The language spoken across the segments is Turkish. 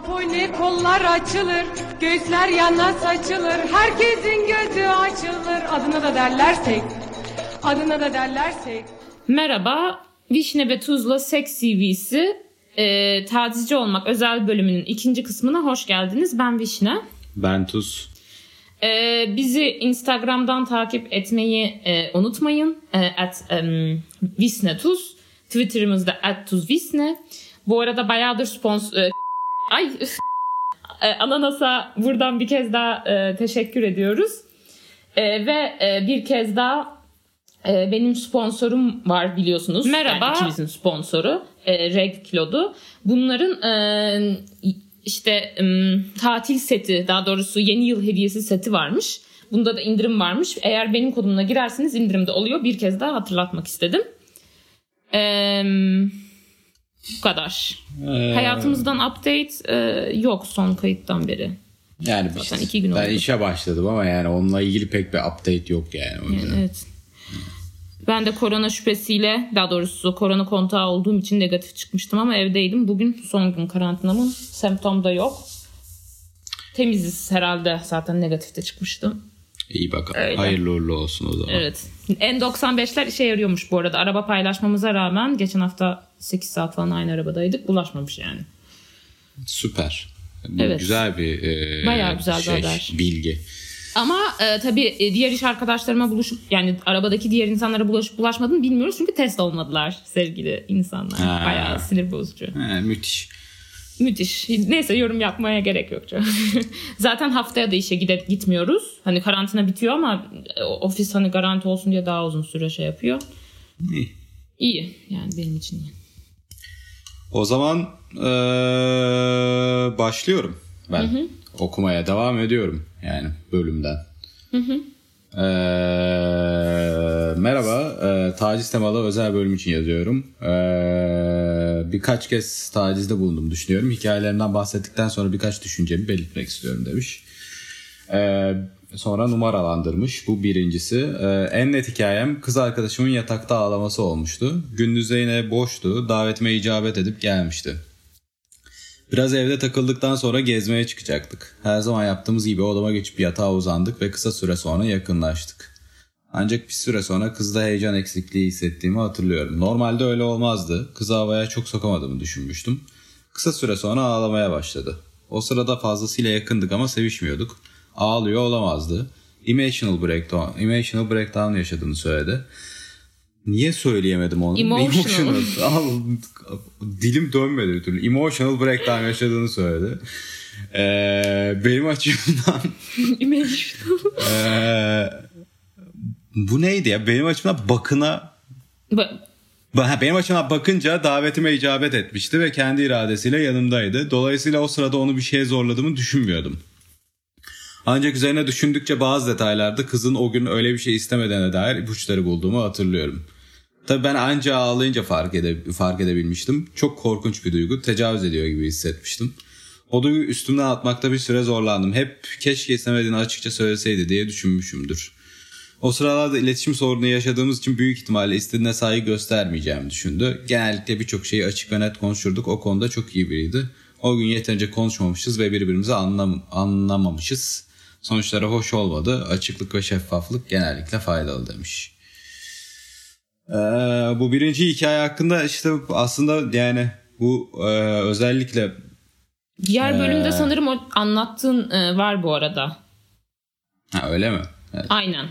Apone kollar açılır, göğüsler yana saçılır, herkesin gözü açılır. Adına da derlersek. Merhaba, Vişne ve Tuzla Seks CV'si tacizci olmak özel bölümünün ikinci kısmına hoş geldiniz. Ben Vişne. Ben Tuz. Bizi Instagram'dan takip etmeyi unutmayın. @visnetuz. Twitter'ımızda @tuzvisne. Bu arada bayağıdır Ananas'a buradan bir kez daha teşekkür ediyoruz. Ve bir kez daha benim sponsorum var biliyorsunuz. Merhaba. Yani ikimizin sponsoru Reg Kilod'u. Bunların tatil seti, daha doğrusu yeni yıl hediyesi seti varmış. Bunda da indirim varmış. Eğer benim kodumla girerseniz indirimde oluyor. Bir kez daha hatırlatmak istedim. Bu kadar. Hayatımızdan update yok son kayıttan beri. Yani zaten 2 gün oldu. Ben işe başladım ama yani onunla ilgili pek bir update yok yani. Evet. Ben de korona şüphesiyle, daha doğrusu korona kontağı olduğum için negatif çıkmıştım ama evdeydim. Bugün son gün karantinamın, semptom da yok. Temiziz herhalde, zaten negatifte çıkmıştım. İyi bakalım. Öyle. Hayırlı uğurlu olsun o zaman. Evet. N95'ler işe yarıyormuş bu arada. Araba paylaşmamıza rağmen geçen hafta 8 saat falan aynı arabadaydık. Bulaşmamış yani. Süper. Bu evet. Güzel bir bayağı güzel bir haber. Bilgi. Ama tabii diğer iş arkadaşlarıma buluşup, yani arabadaki diğer insanlara bulaşmadığını bilmiyoruz. Çünkü test olmadılar sevgili insanlar. Bayağı sinir bozucu. Müthiş. Müthiş. Neyse, yorum yapmaya gerek yok. Zaten haftaya da işe gitmiyoruz. Hani karantina bitiyor ama ofis hani garanti olsun diye daha uzun süre şey yapıyor. İyi. Yani benim için iyi. O zaman başlıyorum ben. Hı-hı. Okumaya devam ediyorum yani bölümden. Hı-hı. Merhaba, taciz temalı özel bölüm için yazıyorum. Birkaç kez tacizde bulundum düşünüyorum. Hikayelerinden bahsettikten sonra birkaç düşüncemi belirtmek istiyorum demiş. Sonra numaralandırmış. Bu birincisi. En net hikayem kız arkadaşımın yatakta ağlaması olmuştu. Gündüzde yine boştu. Davetime icabet edip gelmişti. Biraz evde takıldıktan sonra gezmeye çıkacaktık. Her zaman yaptığımız gibi odama geçip yatağa uzandık ve kısa süre sonra yakınlaştık. Ancak bir süre sonra kızda heyecan eksikliği hissettiğimi hatırlıyorum. Normalde öyle olmazdı. Kızı havaya çok sokamadığımı düşünmüştüm. Kısa süre sonra ağlamaya başladı. O sırada fazlasıyla yakındık ama sevişmiyorduk. Ağlıyor olamazdı. Emotional breakdown yaşadığını söyledi. Niye söyleyemedim onu? Emotional. Dilim dönmedi bir türlü. Emotional breakdown yaşadığını söyledi. Benim açımdan bu neydi ya? Benim açımdan benim açımdan bakınca davetime icabet etmişti ve kendi iradesiyle yanımdaydı. Dolayısıyla o sırada onu bir şeye zorladığımı düşünmüyordum. Ancak üzerine düşündükçe bazı detaylarda kızın o gün öyle bir şey istemediğine dair ipuçları bulduğumu hatırlıyorum. Tabii ben anca ağlayınca fark edebilmiştim. Çok korkunç bir duygu. Tecavüz ediyor gibi hissetmiştim. O duyguyu üstümden atmakta bir süre zorlandım. Hep keşke istemediğini açıkça söyleseydi diye düşünmüşümdür. O sıralarda iletişim sorunu yaşadığımız için büyük ihtimalle istediğine saygı göstermeyeceğimi düşündü. Genellikle birçok şeyi açık ve net konuşurduk. O konuda çok iyi biriydi. O gün yeterince konuşmamışız ve birbirimizi anlamamışız. Sonuçları hoş olmadı. Açıklık ve şeffaflık genellikle faydalı demiş. Bu birinci hikaye hakkında işte aslında yani bu özellikle diğer bölümde sanırım o anlattığın var bu arada. Ha, öyle mi? Evet. Aynen.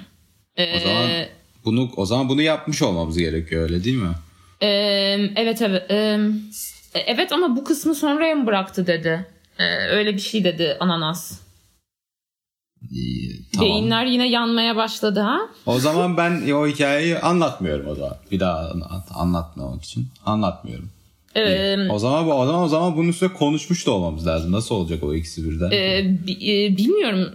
O zaman bunu yapmış olmamız gerekiyor, öyle değil mi? Evet. Evet ama bu kısmı sonraya mı bıraktı dedi. Öyle bir şey dedi Ananas. Tamam. Beyinler yine yanmaya başladı ha. O zaman ben o hikayeyi anlatmıyorum o zaman. Bir daha anlatmamak için anlatmıyorum. O zaman bunun üstüne konuşmuş da olmamız lazım. Nasıl olacak o ikisi birden? Bilmiyorum.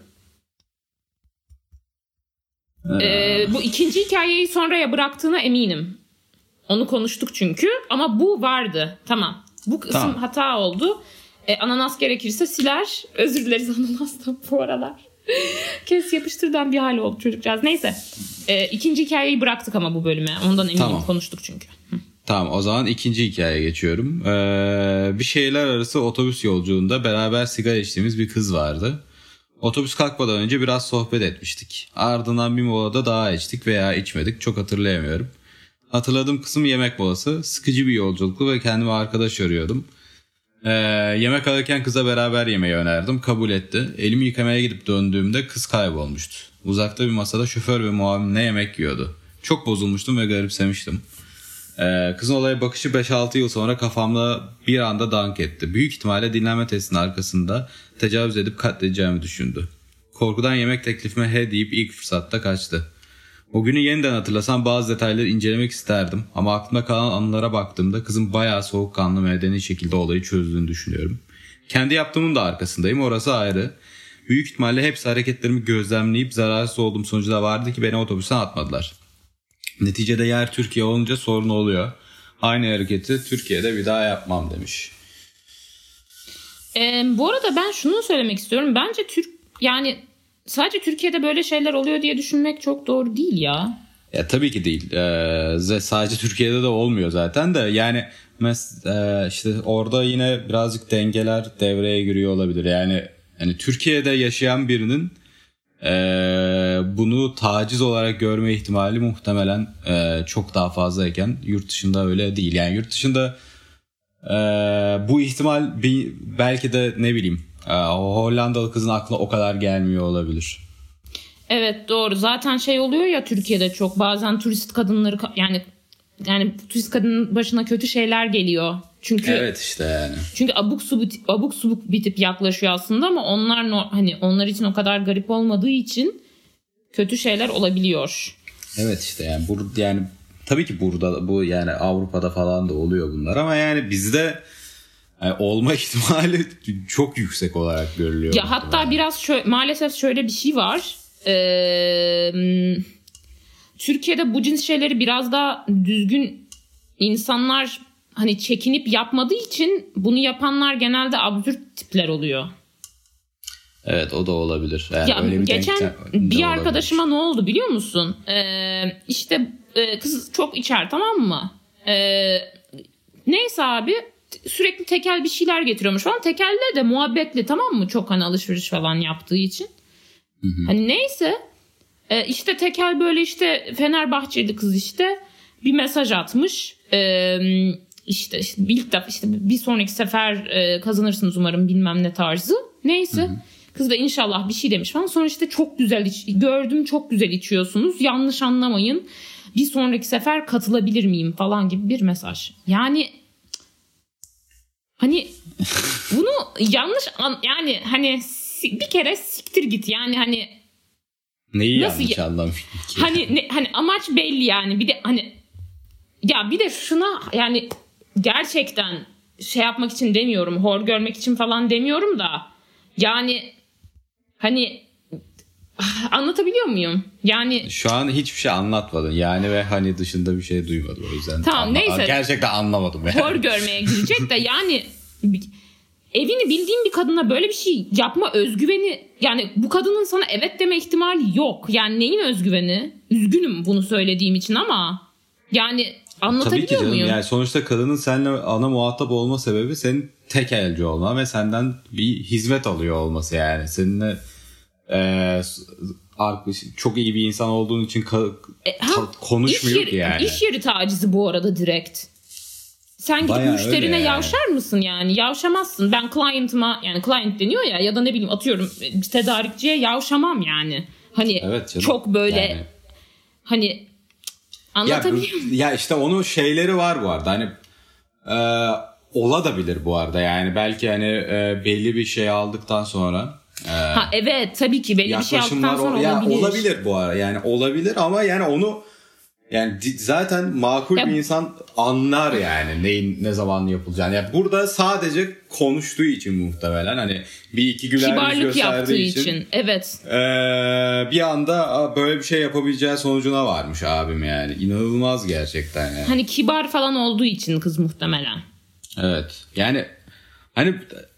Bu ikinci hikayeyi sonraya bıraktığına eminim. Onu konuştuk çünkü. Ama bu vardı. Tamam. Bu kısım hata oldu. Ananas gerekirse siler. Özür dileriz Ananas'tan bu aralar. Kes yapıştırdan bir hal oldu çocukcağız. Neyse. İkinci hikayeyi bıraktık ama bu bölüme. Ondan eminim, konuştuk çünkü. Tamam, o zaman ikinci hikayeye geçiyorum. Bir şehirler arası otobüs yolculuğunda beraber sigara içtiğimiz bir kız vardı. Otobüs kalkmadan önce biraz sohbet etmiştik. Ardından bir molada daha içtik veya içmedik, çok hatırlayamıyorum. Hatırladığım kısım yemek molası. Sıkıcı bir yolculuktu ve kendime arkadaş arıyordum. Yemek alırken kıza beraber yemeği önerdim. Kabul etti. Elimi yıkamaya gidip döndüğümde kız kaybolmuştu. Uzakta bir masada şoför ve muavinle yemek yiyordu. Çok bozulmuştum ve garipsemiştim. Kızın olaya bakışı 5-6 yıl sonra kafamda bir anda dank etti. Büyük ihtimalle dinlenme testinin arkasında tecavüz edip katledeceğimi düşündü. Korkudan yemek teklifime he deyip ilk fırsatta kaçtı. O günü yeniden hatırlasam bazı detayları incelemek isterdim. Ama aklımda kalan anılara baktığımda kızın bayağı soğukkanlı medeni şekilde olayı çözdüğünü düşünüyorum. Kendi yaptığımın da arkasındayım, orası ayrı. Büyük ihtimalle hepsi hareketlerimi gözlemleyip zararsız olduğum sonucunda vardı ki beni otobüse atmadılar. Neticede yer Türkiye olunca sorun oluyor. Aynı hareketi Türkiye'de bir daha yapmam demiş. Bu arada ben şunu söylemek istiyorum. Bence yani sadece Türkiye'de böyle şeyler oluyor diye düşünmek çok doğru değil ya. Ya tabii ki değil. Sadece Türkiye'de de olmuyor zaten de. Yani işte orada yine birazcık dengeler devreye giriyor olabilir. Yani hani Türkiye'de yaşayan birinin bunu taciz olarak görme ihtimali muhtemelen çok daha fazlayken yurt dışında öyle değil. Yani yurt dışında bu ihtimal belki de ne bileyim Hollandalı kızın aklına o kadar gelmiyor olabilir. Evet, doğru. Zaten şey oluyor ya Türkiye'de çok bazen turist kadınları yani turist kadının başına kötü şeyler geliyor. Çünkü evet işte yani. Çünkü abuk subuk bir tip yaklaşıyor aslında ama onlar için o kadar garip olmadığı için kötü şeyler olabiliyor. Evet işte yani tabii ki burada bu yani Avrupa'da falan da oluyor bunlar ama yani bizde olma ihtimali çok yüksek olarak görülüyor. Ya hatta biraz maalesef şöyle bir şey var. Türkiye'de bu cins şeyleri biraz daha düzgün insanlar hani çekinip yapmadığı için bunu yapanlar genelde absürt tipler oluyor. Evet, o da olabilir. Yani ya öyle geçen bir arkadaşıma ne oldu biliyor musun? İşte kız çok içer, tamam mı? Neyse abi sürekli tekel bir şeyler getiriyormuş falan. Tekelle de muhabbetli, tamam mı? Çok hani alışveriş falan yaptığı için. Hı-hı. Hani neyse işte tekel böyle işte Fenerbahçeli kız işte bir mesaj atmış. İşte ilk defa işte bir sonraki sefer kazanırsınız umarım bilmem ne tarzı. Neyse. Hı-hı. Kız da inşallah bir şey demiş falan. Sonra işte çok güzel gördüm, çok güzel içiyorsunuz. Yanlış anlamayın. Bir sonraki sefer katılabilir miyim falan gibi bir mesaj. Yani hani bunu yanlış yani hani bir kere siktir git yani hani neyi yanlış anlamış? Hani amaç belli yani. Bir de hani ya bir de şuna yani gerçekten şey yapmak için demiyorum. Hor görmek için falan demiyorum da yani hani anlatabiliyor muyum? Yani şu an hiçbir şey anlatmadın yani ve hani dışında bir şey duymadım o yüzden. Tamam neyse. Gerçekten anlamadım yani. Hor görmeye girecek de yani evini bildiğin bir kadına böyle bir şey yapma özgüveni, yani bu kadının sana evet deme ihtimali yok. Yani neyin özgüveni? Üzgünüm bunu söylediğim için ama yani anlatabiliyor tabii ki canım, muyum? yani sonuçta kadının seninle ana muhatap olma sebebi senin tek elci olma ve senden bir hizmet alıyor olması yani. Seninle çok iyi bir insan olduğun için konuşmuyor ki yani. İş yeri tacizi bu arada direkt. Sen gidip bayağı müşterine yani yavşar mısın yani? Yavşamazsın. Ben client'ıma, yani client deniyor ya da ne bileyim atıyorum bir tedarikçiye yavşamam yani. Hani evet canım, çok böyle yani hani anlatabiliyor muyum? Ya işte onun şeyleri var bu arada. Hani ola da bilir bu arada. Yani belki hani belli bir şey aldıktan sonra evet tabii ki belli bir şey aldıktan sonra olabilir. Olabilir bu arada. Yani olabilir ama yani onu yani zaten makul bir insan anlar yani neyin ne zaman yapılacağını. Yani burada sadece konuştuğu için muhtemelen hani bir iki güler yüz gösterdiği için. Evet. Bir anda böyle bir şey yapabileceği sonucuna varmış abim yani. İnanılmaz gerçekten yani. Hani kibar falan olduğu için kız muhtemelen. Evet. Yani hani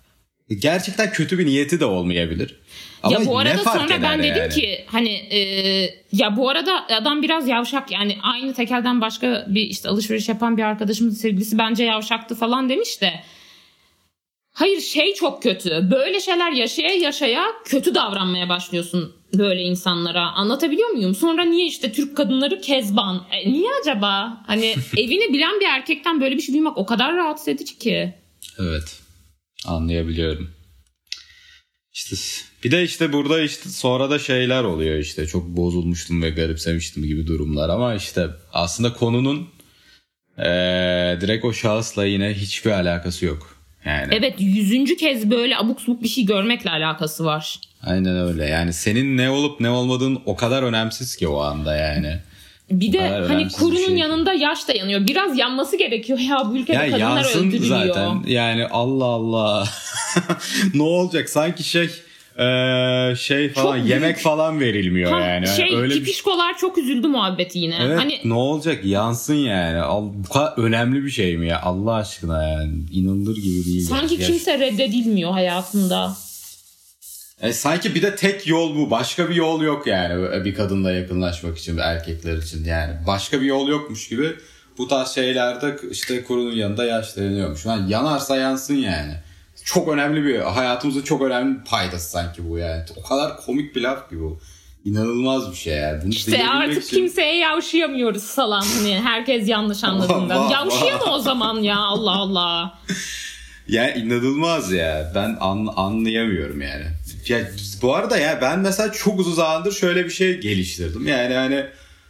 gerçekten kötü bir niyeti de olmayabilir. Ama ya bu arada sonra ben dedim yani ki hani ya bu arada adam biraz yavşak, yani aynı tekelden başka bir işte alışveriş yapan bir arkadaşımın sevgilisi bence yavşaktı falan demiş de. Hayır, şey çok kötü. Böyle şeyler yaşaya kötü davranmaya başlıyorsun böyle insanlara. Anlatabiliyor muyum? Sonra niye işte Türk kadınları kezban? Niye acaba? Hani evini bilen bir erkekten böyle bir şey duymak o kadar rahatsız edici ki. Evet. Anlayabiliyorum. İşte bir de işte burada işte sonra da şeyler oluyor işte. Çok bozulmuştum ve garipsemiştim gibi durumlar ama işte aslında konunun direkt o şahısla yine hiçbir alakası yok. Yani. Evet, 100. kez böyle abuk subuk bir şey görmekle alakası var. Aynen öyle. Yani senin ne olup ne olmadığın o kadar önemsiz ki o anda yani. Bir de hani kurunun yanında yaş da yanıyor. Biraz yanması gerekiyor ya, bu ülkede ya kadınlar öldürülüyor. Zaten yani Allah Allah. Ne olacak sanki şey falan çok yemek büyük falan verilmiyor yani. Öyle pipişkolar çok üzüldü muhabbeti yine. Evet, hani ne olacak yansın yani. Bu kadar önemli bir şey mi ya Allah aşkına yani. İnanılır gibi değil. Sanki kimse reddedilmiyor hayatında. Sanki bir de tek yol bu. Başka bir yol yok yani bir kadınla yakınlaşmak için, erkekler için yani. Başka bir yol yokmuş gibi bu tarz şeylerde işte kurunun yanında yaşlanıyormuş. Yani yanarsa yansın yani. Çok önemli bir, hayatımızın çok önemli bir paydası sanki bu yani. O kadar komik bir laf gibi bu. İnanılmaz bir şey yani. Bunu işte artık için kimseye yavşayamıyoruz falan. Hani herkes yanlış anladığından. Yavşayama o zaman ya, Allah Allah. Ya inanılmaz ya. Ben anlayamıyorum yani. Ya, bu arada ya ben mesela çok uzun zamandır şöyle bir şey geliştirdim. Yani hani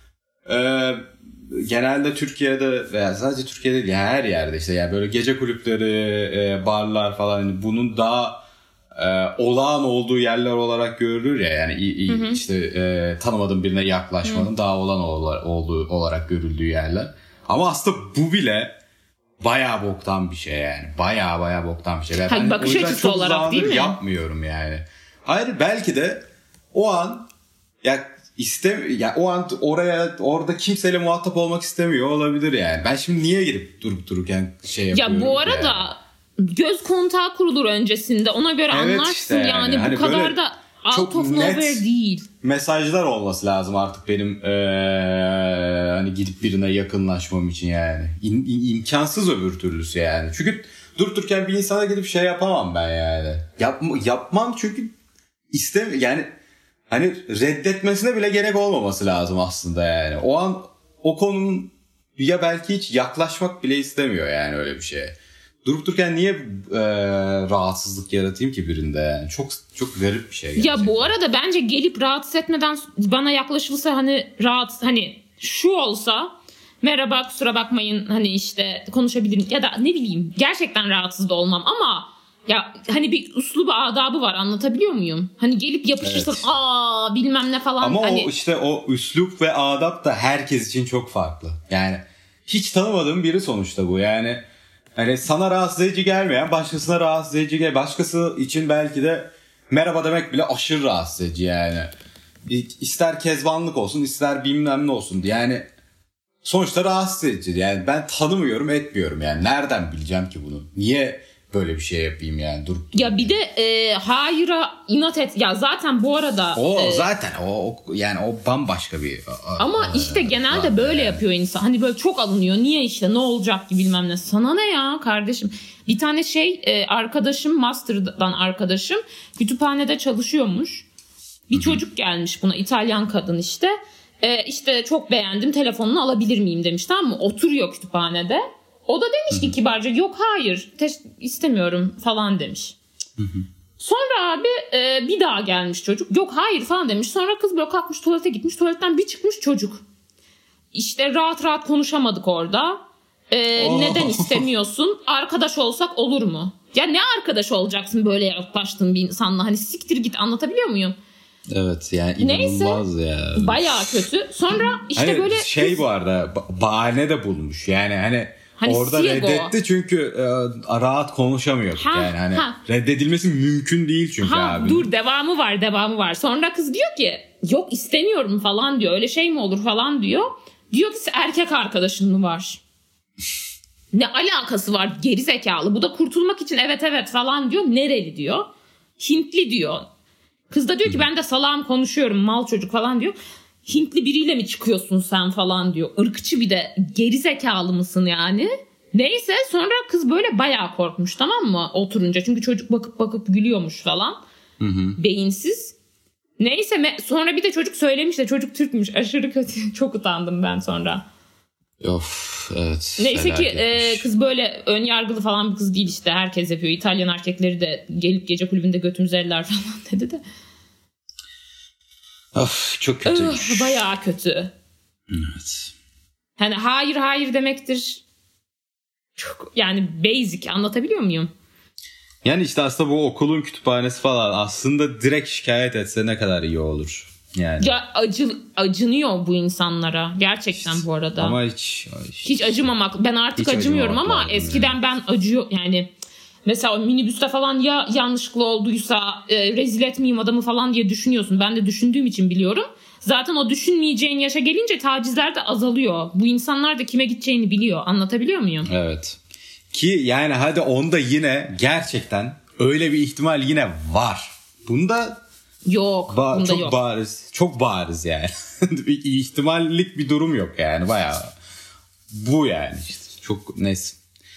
genelde Türkiye'de veya sadece Türkiye'de değil, her yerde işte yani böyle gece kulüpleri, barlar falan hani bunun daha olağan olduğu yerler olarak görülür ya yani işte tanımadığın birine yaklaşmanın daha olağan olduğu olarak görüldüğü yerler. Ama aslında bu bile bayağı boktan bir şey yani. Bayağı boktan bir şey. Ben bakış açısı olarak değil mi? Yapmıyorum yani. Hayır, belki de o an ya o an orada kimseyle muhatap olmak istemiyor olabilir yani. Ben şimdi niye girip durup dururken şey yapıyorum? Ya bu arada yani göz kontağı kurulur öncesinde. Ona göre evet anlarsın işte yani. Hani bu kadar da out of nowhere değil. Mesajlar olması lazım artık benim hani gidip birine yakınlaşmam için yani. İmkansız öbür türlüsü yani. Çünkü dururken bir insana gidip şey yapamam ben yani. Yapmam çünkü yani hani reddetmesine bile gerek olmaması lazım aslında yani. O an o konunun ya belki hiç yaklaşmak bile istemiyor yani öyle bir şeye. Durup dururken niye rahatsızlık yaratayım ki birinde yani? Çok garip bir şey gerçekten. Ya bu arada bence gelip rahatsız etmeden bana yaklaşılsa hani şu olsa merhaba kusura bakmayın hani işte konuşabilirim ya da ne bileyim gerçekten rahatsız da olmam ama ya hani bir uslubu adabı var, anlatabiliyor muyum? Hani gelip yapışırsan evet. Bilmem ne falan. Ama hani... o işte o üslup ve adap da herkes için çok farklı. Yani hiç tanımadığım biri sonuçta bu yani. Hani sana rahatsız edici gelmeyen başkasına rahatsız edici gel. Başkası için belki de merhaba demek bile aşırı rahatsız edici yani. İster kezbanlık olsun ister bilmem ne olsun yani. Sonuçta rahatsız edici. Yani ben tanımıyorum etmiyorum yani. Nereden bileceğim ki bunu? Niye böyle bir şey yapayım yani durup. Ya bir de hayır'a inat et. Ya zaten bu arada. Zaten yani o bambaşka bir. Ama işte genelde böyle yapıyor insan. Hani böyle çok alınıyor. Niye işte ne olacak ki bilmem ne. Sana ne ya kardeşim. Bir tane arkadaşım master'dan arkadaşım kütüphanede çalışıyormuş. Bir çocuk gelmiş buna, İtalyan kadın işte. İşte çok beğendim, telefonunu alabilir miyim demiş, tamam mı? Oturuyor kütüphanede. O da demiş ki kibarca yok hayır istemiyorum falan demiş. Sonra abi bir daha gelmiş çocuk. Yok hayır falan demiş. Sonra kız böyle kalkmış tuvalete gitmiş. Tuvaletten bir çıkmış çocuk. İşte rahat rahat konuşamadık orada. Neden istemiyorsun? Arkadaş olsak olur mu? Ya ne arkadaş olacaksın böyle yaklaştığın bir insanla? Hani siktir git, anlatabiliyor muyum? Evet yani inanılmaz. Neyse, ya. Bayağı kötü. Sonra işte hani böyle... bu arada bahane de bulmuş. Yani hani orada reddetti çünkü rahat konuşamıyor. Yani hani reddedilmesi mümkün değil çünkü abi. Dur devamı var. Sonra kız diyor ki yok istemiyorum falan diyor. Öyle şey mi olur falan diyor. Diyor ki erkek arkadaşın mı var? Ne alakası var gerizekalı? Bu da kurtulmak için evet falan diyor. Nereli diyor. Hintli diyor. Kız da diyor ki ben de salağım konuşuyorum mal çocuk falan diyor. Hintli biriyle mi çıkıyorsun sen falan diyor. Irkçı bir de gerizekalı mısın yani? Neyse sonra kız böyle bayağı korkmuş tamam mı oturunca. Çünkü çocuk bakıp gülüyormuş falan. Beyinsiz. Neyse sonra bir de çocuk söylemiş de çocuk Türkmüş. Aşırı kötü. Çok utandım ben sonra. Of evet. Neyse ki kız böyle ön yargılı falan bir kız değil işte. Herkes yapıyor. İtalyan erkekleri de gelip gece kulübünde götümüzü eller falan dedi de. Of çok kötüymüş. Bayağı kötü. Evet. Hani hayır demektir. Çok yani basic anlatabiliyor muyum? Yani işte aslında bu okulun kütüphanesi falan aslında direkt şikayet etse ne kadar iyi olur. Yani. Ya acınıyor bu insanlara gerçekten bu arada. Ama hiç acımamak. Ben artık hiç acımıyorum ama lazım eskiden yani. ben acıyor yani. Mesela minibüste falan ya yanlışlıkla olduysa rezil etmeyeyim adamı falan diye düşünüyorsun. Ben de düşündüğüm için biliyorum. Zaten o düşünmeyeceğin yaşa gelince tacizler de azalıyor. Bu insanlar da kime gideceğini biliyor. Anlatabiliyor muyum? Evet. Ki yani hadi onda yine gerçekten öyle bir ihtimal yine var. Bunda yok. Bunda çok yok. bariz. Çok bariz yani. Bir ihtimallik bir durum yok yani bayağı. Bu yani işte. Çok neyse.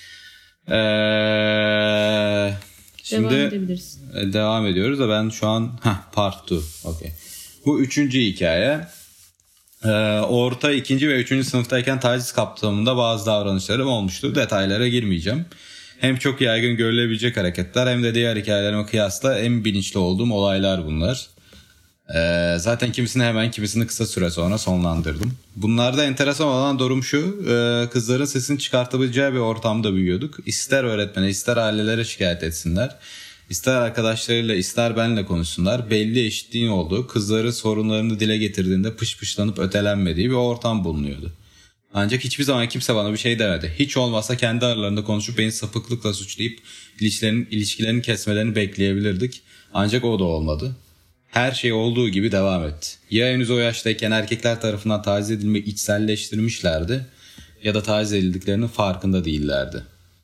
Şimdi devam ediyoruz da ben şu an part 2. Okay. Bu 3. hikaye. Orta 2. ve 3. sınıftayken taciz kapsamında bazı davranışlarım olmuştu. Detaylara girmeyeceğim. Hem çok yaygın görülebilecek hareketler hem de diğer hikayelerime kıyasla en bilinçli olduğum olaylar bunlar. Zaten kimisini hemen kimisini kısa süre sonra sonlandırdım. Bunlarda enteresan olan durum şu. Kızların sesini çıkartabileceği bir ortamda büyüyorduk. İster öğretmene ister ailelere şikayet etsinler. İster arkadaşlarıyla ister benle konuşsunlar. Belli eşitliğin olduğu, kızları sorunlarını dile getirdiğinde pışpışlanıp ötelenmediği bir ortam bulunuyordu. Ancak hiçbir zaman kimse bana bir şey demedi. Hiç olmazsa kendi aralarında konuşup beni sapıklıkla suçlayıp ilişkilerini kesmelerini bekleyebilirdik. Ancak o da olmadı. Her şey olduğu gibi devam etti. Ya henüz o yaştayken erkekler tarafından taciz edilmeyi içselleştirmişlerdi ya da taciz edildiklerinin farkında değillerdi.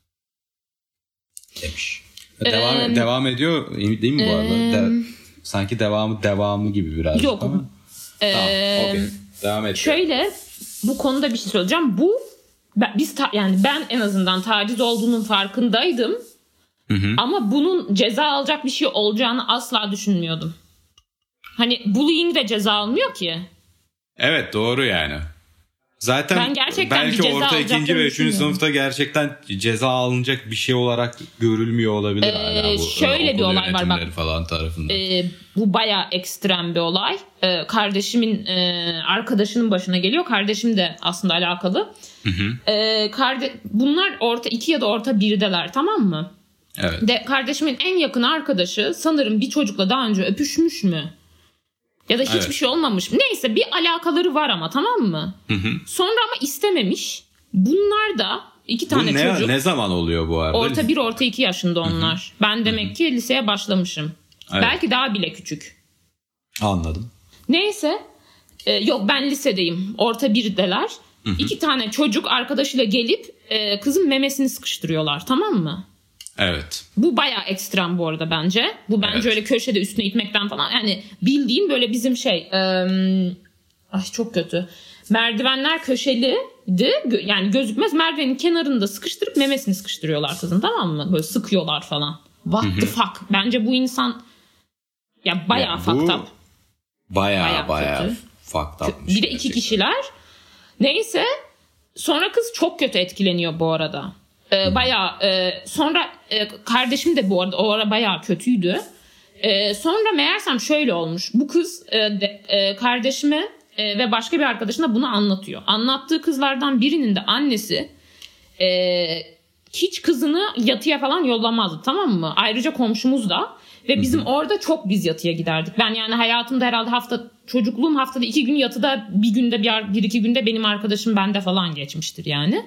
Demiş. Devam ediyor değil mi bu arada? Sanki devamı gibi biraz. Yok. Tamam. Okay. Devam et. Şöyle bu konuda bir şey söyleyeceğim. Ben en azından taciz olduğunun farkındaydım. Ama bunun ceza alacak bir şey olacağını asla düşünmüyordum. Hani bullying de ceza almıyor ki. Evet doğru yani. Zaten ben gerçekten belki orta 2. ve 3. sınıfta gerçekten ceza alınacak bir şey olarak görülmüyor olabilir. Bu, şöyle bir olay var bak. Falan tarafından. Bu bayağı ekstrem bir olay. Kardeşimin arkadaşının başına geliyor. Kardeşim de aslında alakalı. Bunlar orta 2 ya da orta 1'deler tamam mı? Evet. Kardeşimin en yakın arkadaşı sanırım bir çocukla daha önce öpüşmüş mü? Ya da hiçbir şey olmamış. Neyse bir alakaları var ama tamam mı? Sonra ama istememiş. Bunlar da 2 tane çocuk. Ne zaman oluyor bu arada? Orta 1, orta 2 yaşında onlar. Ben demek ki liseye başlamışım. Evet. Belki daha bile küçük. Anladım. Neyse. Yok ben lisedeyim. Orta 1'deler. 2 tane çocuk arkadaşıyla gelip kızın memesini sıkıştırıyorlar. Tamam mı? Evet. Bu bayağı ekstrem bu arada bence. Bu bence öyle köşede üstüne itmekten falan. Yani bildiğin böyle bizim çok kötü. Merdivenler köşeliydi. Yani gözükmez merdivenin kenarında sıkıştırıp memesini sıkıştırıyorlar kızın tamam mı? Böyle sıkıyorlar falan. What the fuck? Bence bu insan ya bayağı fucked up. Bayağı fucked up. Bir de 2 kişiler. Neyse sonra kız çok kötü etkileniyor bu arada. Bayağı sonra kardeşim de bu arada o ara bayağı kötüydü. Sonra meğersem şöyle olmuş. Bu kız kardeşime ve başka bir arkadaşına bunu anlatıyor. Anlattığı kızlardan birinin de annesi hiç kızını yatıya falan yollamazdı tamam mı? Ayrıca komşumuz da ve bizim orada çok biz yatıya giderdik. Ben yani hayatımda herhalde çocukluğum haftada 2 gün yatıda bir günde 1-2 günde benim arkadaşım bende falan geçmiştir yani.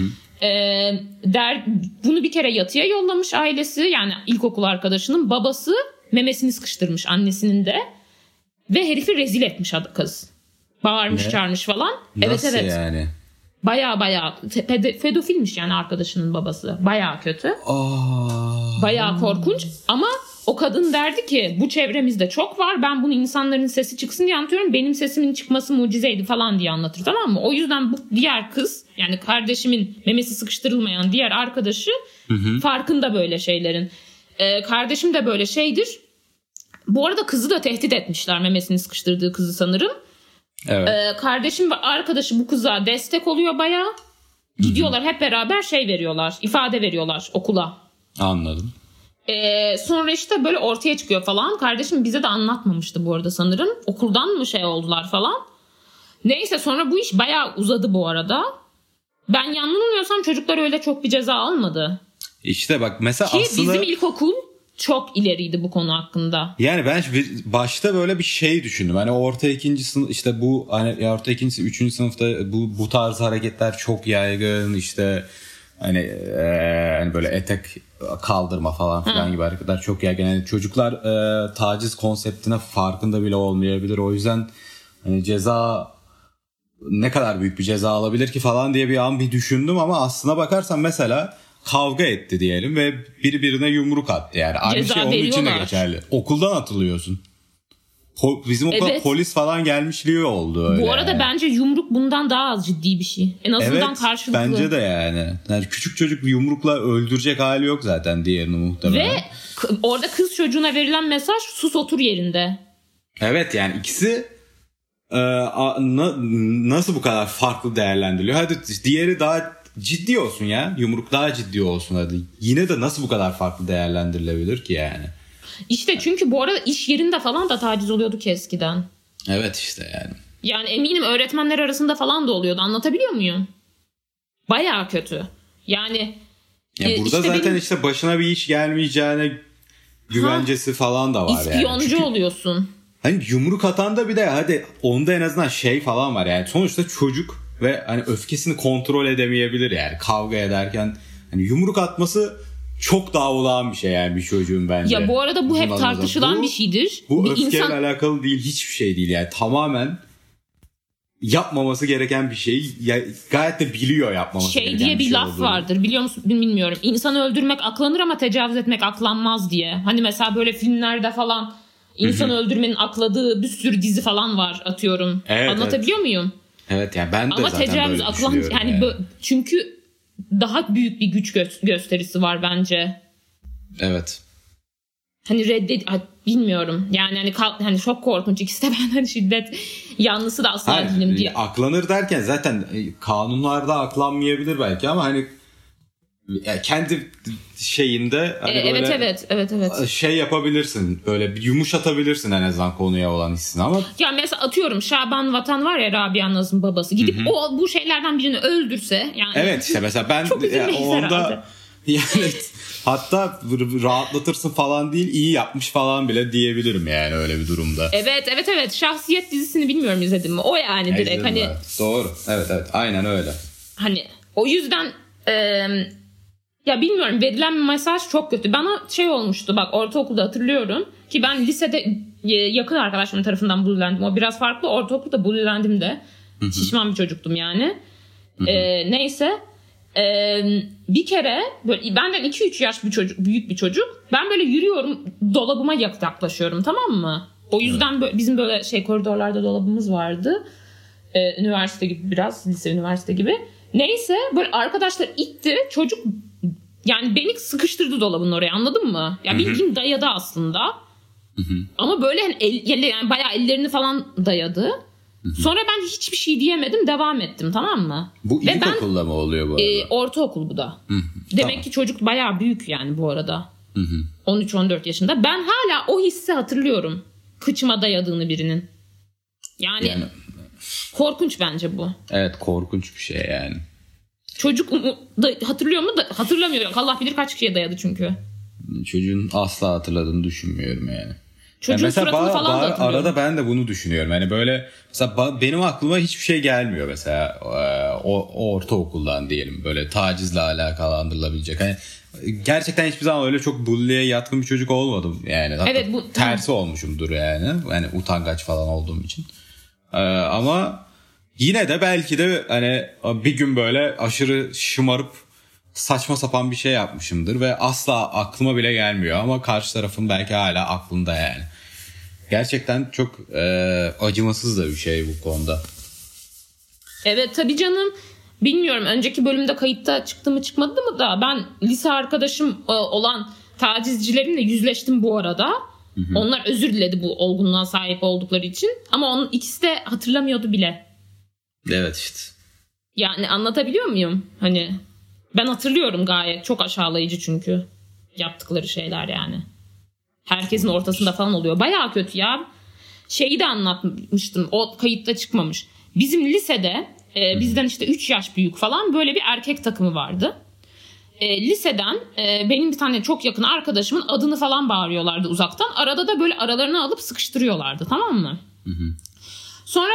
Bunu bir kere yatıya yollamış ailesi yani ilkokul arkadaşının babası memesini sıkıştırmış annesinin de ve herifi rezil etmiş kız. Bağırmış çağırmış falan. Nasıl evet. yani? Baya pedofilmiş yani arkadaşının babası. Baya kötü. Baya korkunç ama o kadın derdi ki bu çevremizde çok var. Ben bunu insanların sesi çıksın diye anlatıyorum. Benim sesimin çıkması mucizeydi falan diye anlatır, tamam mı? O yüzden bu diğer kız, yani kardeşimin memesi sıkıştırılmayan diğer arkadaşı farkında böyle şeylerin. Kardeşim de böyle şeydir. Bu arada kızı da tehdit etmişler, memesini sıkıştırdığı kızı sanırım. Evet. Kardeşim ve arkadaşı bu kıza destek oluyor bayağı. Gidiyorlar hep beraber veriyorlar. İfade veriyorlar okula. Anladım. Sonra işte böyle ortaya çıkıyor falan. Kardeşim bize de anlatmamıştı bu arada sanırım. Okuldan mı oldular falan. Neyse sonra bu iş bayağı uzadı bu arada. Ben yanılmıyorsam çocuklar öyle çok bir ceza almadı. İşte bak mesela ki aslında... bizim ilkokul çok ileriydi bu konu hakkında. Yani ben başta böyle bir şey düşündüm. Hani orta ikinci sınıf işte bu hani orta ikinci üçüncü sınıfta bu tarz hareketler çok yaygın, işte hani böyle etek kaldırma falan filan gibi hareketler çok yaygın. Yani çocuklar taciz konseptine farkında bile olmayabilir. O yüzden hani ceza ne kadar büyük bir ceza alabilir ki falan diye bir an düşündüm ama aslına bakarsan mesela kavga etti diyelim ve birbirine yumruk attı. Yani aynı ceza şey onun için de geçerli. Okuldan atılıyorsun. Bizim okula polis falan gelmişliği oldu öyle. Bu arada bence yumruk bundan daha az ciddi bir şey. En azından karşılıklı. Bence de yani. Küçük çocuk yumrukla öldürecek hali yok zaten diğerini muhtemelen. Ve orada kız çocuğuna verilen mesaj sus otur yerinde. Evet yani ikisi nasıl bu kadar farklı değerlendiriliyor? Hadi diğeri daha ciddi olsun ya. Yumruk daha ciddi olsun hadi. Yine de nasıl bu kadar farklı değerlendirilebilir ki yani? İşte çünkü bu arada iş yerinde falan da taciz oluyordu ki eskiden. Evet işte yani. Yani eminim öğretmenler arasında falan da oluyordu. Anlatabiliyor muyum? Bayağı kötü. Yani ya burada işte zaten işte başına bir iş gelmeyeceğine güvencesi falan da var yani. İspiyoncu oluyorsun. Hani yumruk atan da bir de hadi onda en azından falan var yani. Sonuçta çocuk ve hani öfkesini kontrol edemeyebilir yani kavga ederken. Hani yumruk atması çok daha olağan bir şey yani bir çocuğun bence. Ya bu arada bu hep tartışılan bir şeydir. Bu öfkeyle alakalı değil, hiçbir şey değil yani. Tamamen yapmaması gereken bir şey. Ya, gayet de biliyor yapmaması gereken diye bir şey laf olduğunu. vardır biliyor musun bilmiyorum. İnsanı öldürmek aklanır ama tecavüz etmek aklanmaz diye. Hani mesela böyle filmlerde falan insanı öldürmenin akladığı bir sürü dizi falan var atıyorum. Evet, anlatabiliyor muyum? Evet yani ben de ama zaten tecavüz böyle düşünüyorum yani. Çünkü daha büyük bir güç gösterisi var bence. Evet. Hani bilmiyorum. Yani hani çok korkunç. İkisi de benden şiddet yanlısı da asla değilim diye. Aklanır derken zaten kanunlarda aklanmayabilir belki ama hani kendi şeyinde hani evet. Şey yapabilirsin. Böyle bir yumuşatabilirsin en azından konuya olan hissini ama. Ya mesela atıyorum Şaban Vatan var ya Rabia Naz'ın babası. Gidip bu şeylerden birini öldürse yani. Evet işte mesela ben onda yani hatta rahatlatırsın falan değil, iyi yapmış falan bile diyebilirim yani öyle bir durumda. Evet. Şahsiyet dizisini bilmiyorum izledim mi? O yani direkt hani. Doğru. Evet aynen öyle. Hani o yüzden ya bilmiyorum, verilen bir mesaj çok kötü. Bana olmuştu bak, ortaokulda hatırlıyorum ki ben lisede yakın arkadaşlarım tarafından bullylendim. O biraz farklı, ortaokulda bullylendim de. Şişman bir çocuktum yani. Neyse. Bir kere böyle benden 2-3 yaş büyük bir çocuk. Ben böyle yürüyorum, dolabıma yaklaşıyorum, tamam mı? O yüzden bizim böyle koridorlarda dolabımız vardı. Üniversite gibi, biraz lise üniversite gibi. Neyse böyle arkadaşlar itti, çocuk yani beni sıkıştırdı dolabın oraya, anladın mı? Ya bildiğin dayadı aslında. Ama böyle yani bayağı ellerini falan dayadı. Sonra ben hiçbir şey diyemedim, devam ettim, tamam mı? Bu ilkokulda mı oluyor bu arada? Ortaokul bu da. Demek ki çocuk bayağı büyük yani bu arada. 13-14 yaşında. Ben hala o hissi hatırlıyorum. Kıçıma dayadığını birinin. Yani korkunç bence bu. Evet, korkunç bir şey yani. Çocuk hatırlıyor mu? Hatırlamıyorum. Allah bilir kaç kişiye dayadı çünkü. Çocuğun asla hatırladığını düşünmüyorum yani. Çocuğun mesela suratını falan da hatırlıyorum. Arada ben de bunu düşünüyorum. Yani böyle mesela benim aklıma hiçbir şey gelmiyor mesela o ortaokuldan diyelim, böyle tacizle alakalandırılabilecek. Hani gerçekten hiçbir zaman öyle çok bully'e yatkın bir çocuk olmadım yani. Hatta evet, tersi olmuşumdur yani. Yani utangaç falan olduğum için. Ama Yine de belki de hani bir gün böyle aşırı şımarıp saçma sapan bir şey yapmışımdır ve asla aklıma bile gelmiyor ama karşı tarafın belki hala aklında yani. Gerçekten çok acımasız da bir şey bu konuda. Evet tabii canım. Bilmiyorum önceki bölümde kayıtta çıktı mı çıkmadı mı da ben lise arkadaşım olan tacizcilerimle yüzleştim bu arada. Hı-hı. Onlar özür diledi bu olgunluğa sahip oldukları için ama onun ikisi de hatırlamıyordu bile. Evet işte. Yani anlatabiliyor muyum? Hani ben hatırlıyorum gayet. Çok aşağılayıcı çünkü yaptıkları şeyler yani. Herkesin ortasında falan oluyor. Bayağı kötü ya. Şeyi de anlatmıştım. O kayıtta çıkmamış. Bizim lisede bizden işte 3 yaş büyük falan böyle bir erkek takımı vardı. Liseden benim bir tane çok yakın arkadaşımın adını falan bağırıyorlardı uzaktan. Arada da böyle aralarına alıp sıkıştırıyorlardı, tamam mı? Hı hı. Sonra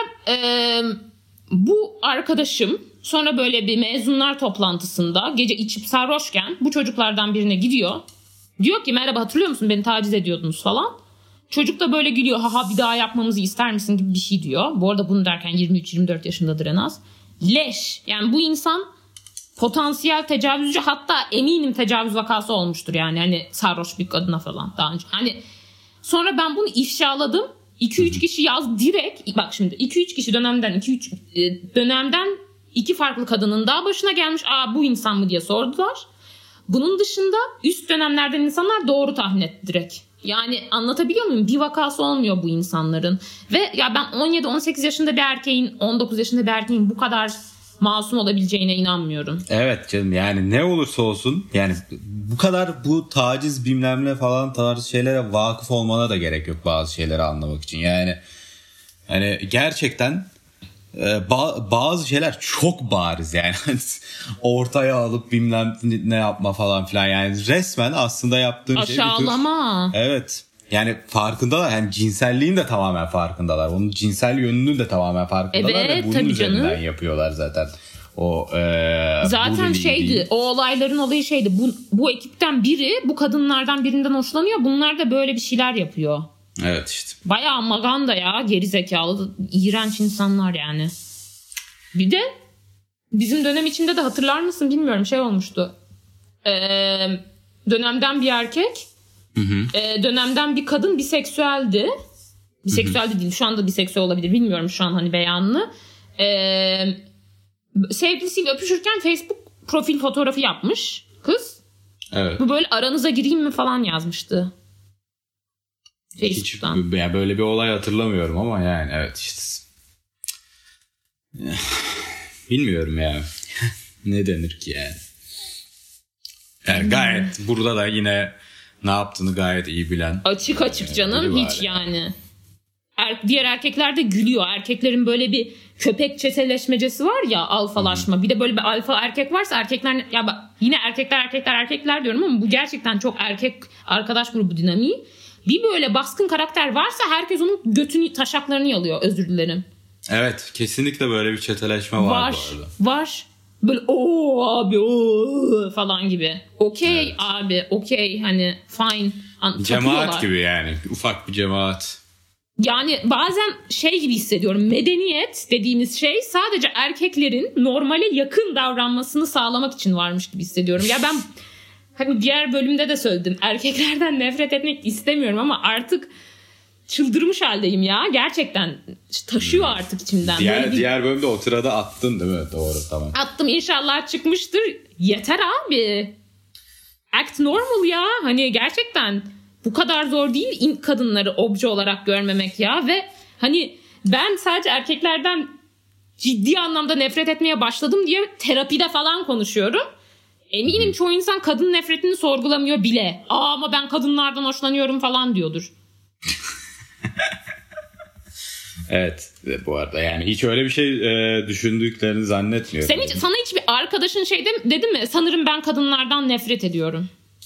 bu arkadaşım sonra böyle bir mezunlar toplantısında gece içip sarhoşken bu çocuklardan birine gidiyor. Diyor ki merhaba hatırlıyor musun beni taciz ediyordunuz falan. Çocuk da böyle gülüyor, haha bir daha yapmamızı ister misin gibi bir şey diyor. Bu arada bunu derken 23-24 yaşındadır en az. Leş. Yani bu insan potansiyel tecavüzcü, hatta eminim tecavüz vakası olmuştur yani. Hani sarhoş bir kadına falan daha önce. Hani sonra ben bunu ifşaladım. 2-3 kişi yaz direkt. Bak şimdi 2-3 kişi dönemden 2 farklı kadının daha başına gelmiş. Aa bu insan mı diye sordular. Bunun dışında üst dönemlerden insanlar doğru tahmin etti direkt. Yani anlatabiliyor muyum? Bir vakası olmuyor bu insanların. Ve ya ben 17-18 yaşında bir erkeğin, 19 yaşında bir erkeğin bu kadar masum olabileceğine inanmıyorum. Evet canım, yani ne olursa olsun yani bu kadar bu taciz bilmem ne falan tarzı şeylere vakıf olmana da gerek yok bazı şeyleri anlamak için. Yani hani gerçekten bazı şeyler çok bariz yani ortaya alıp bilmem ne yapma falan filan, yani resmen aslında yaptığın aşağılama. Şey evet. Yani farkındalar. Yani cinselliğin de tamamen farkındalar. Onun cinsel yönünün de tamamen farkındalar. Evet, ve bunun üzerinden canım yapıyorlar zaten. O zaten şeydi değil. O olayların olayı şeydi. Bu ekipten biri bu kadınlardan birinden hoşlanıyor. Bunlar da böyle bir şeyler yapıyor. Evet işte. Bayağı maganda ya, gerizekalı, iğrenç insanlar yani. Bir de bizim dönem içinde de hatırlar mısın bilmiyorum şey olmuştu. Dönemden bir erkek, dönemden bir kadın biseksüeldi. Biseksüeldi değil, şu anda biseksüel olabilir bilmiyorum şu an hani beyanını. Sevgilisiyle öpüşürken Facebook profil fotoğrafı yapmış kız. Evet. Bu böyle aranıza gireyim mi falan yazmıştı. Hiç yani böyle bir olay hatırlamıyorum ama yani evet işte. Bilmiyorum ya. Ne denir ki yani. Yani gayet burada da yine ne yaptığını gayet iyi bilen. Açık canım hiç yani. Diğer erkekler de gülüyor. Erkeklerin böyle bir köpek çeteleşmecesi var ya, alfalaşma. Bir de böyle bir alfa erkek varsa erkekler, ya bak yine erkekler diyorum ama bu gerçekten çok erkek arkadaş grubu dinamiği. Bir böyle baskın karakter varsa herkes onun götünü, taşaklarını yalıyor, özür dilerim. Evet, kesinlikle böyle bir çeteleşme var bu arada. Var. Böyle o abi o falan gibi. Okey evet. Abi okey hani fine. Cemaat gibi yani, ufak bir cemaat. Yani bazen şey gibi hissediyorum. Medeniyet dediğimiz şey sadece erkeklerin normale yakın davranmasını sağlamak için varmış gibi hissediyorum. Ya ben hani diğer bölümde de söyledim. Erkeklerden nefret etmek istemiyorum ama artık çıldırmış haldeyim ya. Gerçekten taşıyor artık içimden. Diğer bölümde o tırada attın değil mi? Doğru, tamam. Attım, inşallah çıkmıştır. Yeter abi. Act normal ya. Hani gerçekten bu kadar zor değil kadınları obje olarak görmemek ya. Ve hani ben sadece erkeklerden ciddi anlamda nefret etmeye başladım diye terapide falan konuşuyorum. Eminim çoğu insan kadın nefretini sorgulamıyor bile. Ama ben kadınlardan hoşlanıyorum falan diyordur. Evet bu arada yani hiç öyle bir şey düşündüklerini zannetmiyorum. Sana hiç bir arkadaşın şey dedi mi? Sanırım ben kadınlardan nefret ediyorum.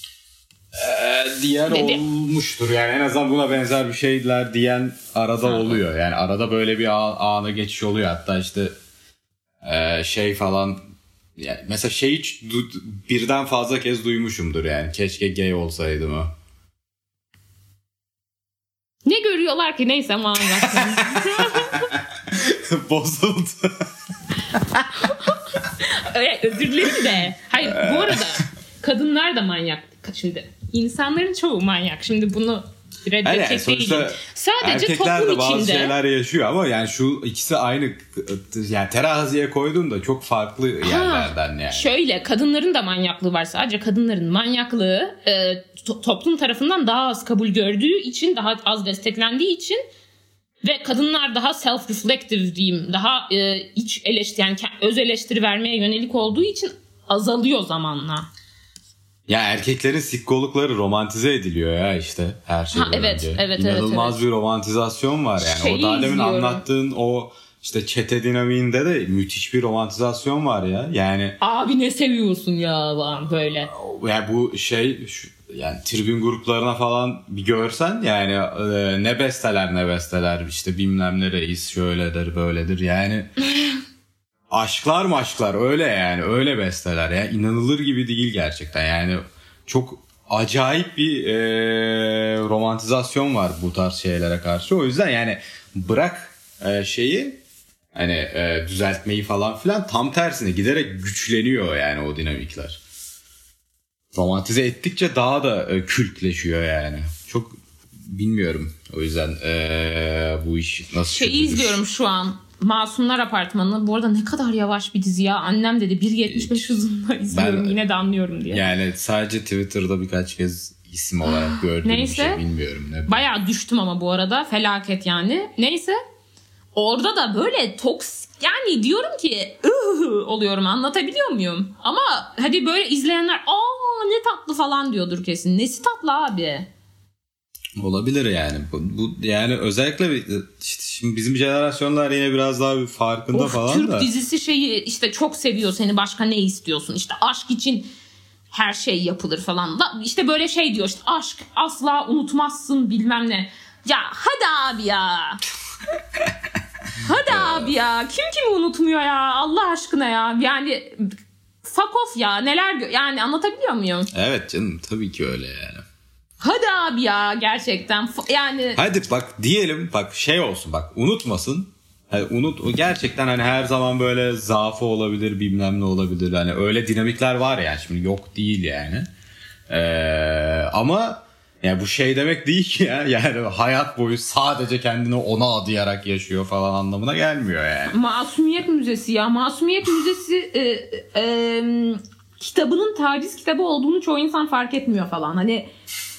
Diyen dedi. Olmuştur yani, en azından buna benzer bir şeyler diyen arada oluyor. Yani arada böyle bir ana geçiş oluyor. Hatta işte şey falan, yani mesela şey hiç birden fazla kez duymuşumdur yani. Keşke gay olsaydım o. Ne görüyorlar ki, neyse ama anlatsın. bozuldu. Özür dilerim de. Hayır bu arada kadınlar da manyak. Şimdi insanların çoğu manyak. Şimdi bunu reddedecek değilim. Sadece erkekler toplum de bazı içinde. şeyler yaşıyor ama yani şu ikisi aynı, yani teraziye koyduğunda çok farklı yerlerden yani. Şöyle, kadınların da manyaklığı var. Sadece kadınların manyaklığı toplum tarafından daha az kabul gördüğü için, daha az desteklendiği için ve kadınlar daha self-reflective diyeyim, daha iç eleştiri, yani öz eleştiri vermeye yönelik olduğu için azalıyor zamanla. Ya erkeklerin sikkolukları romantize ediliyor ya işte her şeyden önce. Evet, İnanılmaz bir romantizasyon var yani. O daha demin anlattığın o işte çete dinamiğinde de müthiş bir romantizasyon var ya. Yani abi ne seviyorsun ya böyle. Yani bu yani tribün gruplarına falan bir görsen yani ne besteler işte bilmem ne reis şöyledir böyledir yani. Aşklar öyle yani, öyle besteler ya, inanılır gibi değil gerçekten yani. Çok acayip bir romantizasyon var bu tarz şeylere karşı. O yüzden yani bırak şeyi hani düzeltmeyi falan filan, tam tersine giderek güçleniyor yani o dinamikler. Romantize ettikçe daha da kültleşiyor yani. Çok bilmiyorum o yüzden bu iş nasıl çözülür. izliyorum şu an. Masumlar Apartmanı. Bu arada ne kadar yavaş bir dizi ya. Annem dedi 1.75 hızında izliyorum. Yine de anlıyorum diye. Yani sadece Twitter'da birkaç kez isim olarak gördüğüm bir şey, bilmiyorum. Bayağı düştüm ama bu arada. Felaket yani. Neyse. Orada da böyle yani diyorum ki oluyorum, anlatabiliyor muyum? Ama hadi böyle izleyenler ne tatlı falan diyordur kesin. Nesi tatlı abi? Olabilir yani. Bu yani özellikle işte şimdi bizim jenerasyonlar yine biraz daha bir farkında falan Türk da. Türk dizisi şeyi işte çok seviyor seni, başka ne istiyorsun? İşte aşk için her şey yapılır falan. İşte böyle şey diyor işte, aşk asla unutmazsın bilmem ne. Ya hadi abi ya. Hadi abi ya. Kim kimi unutmuyor ya Allah aşkına ya. Yani fuck off ya. Neler yani, anlatabiliyor muyum? Evet canım, tabii ki öyle yani. Hadi abi ya, gerçekten yani. Hadi bak diyelim, bak şey olsun, bak unutmasın. Yani gerçekten hani her zaman böyle zaafı olabilir, bilmem ne olabilir. Hani öyle dinamikler var yani, şimdi yok değil yani. Ama yani bu şey demek değil ki ya. Yani hayat boyu sadece kendini ona adayarak yaşıyor falan anlamına gelmiyor yani. Masumiyet Müzesi ya. Masumiyet Müzesi kitabının taciz kitabı olduğunu çoğu insan fark etmiyor falan. Hani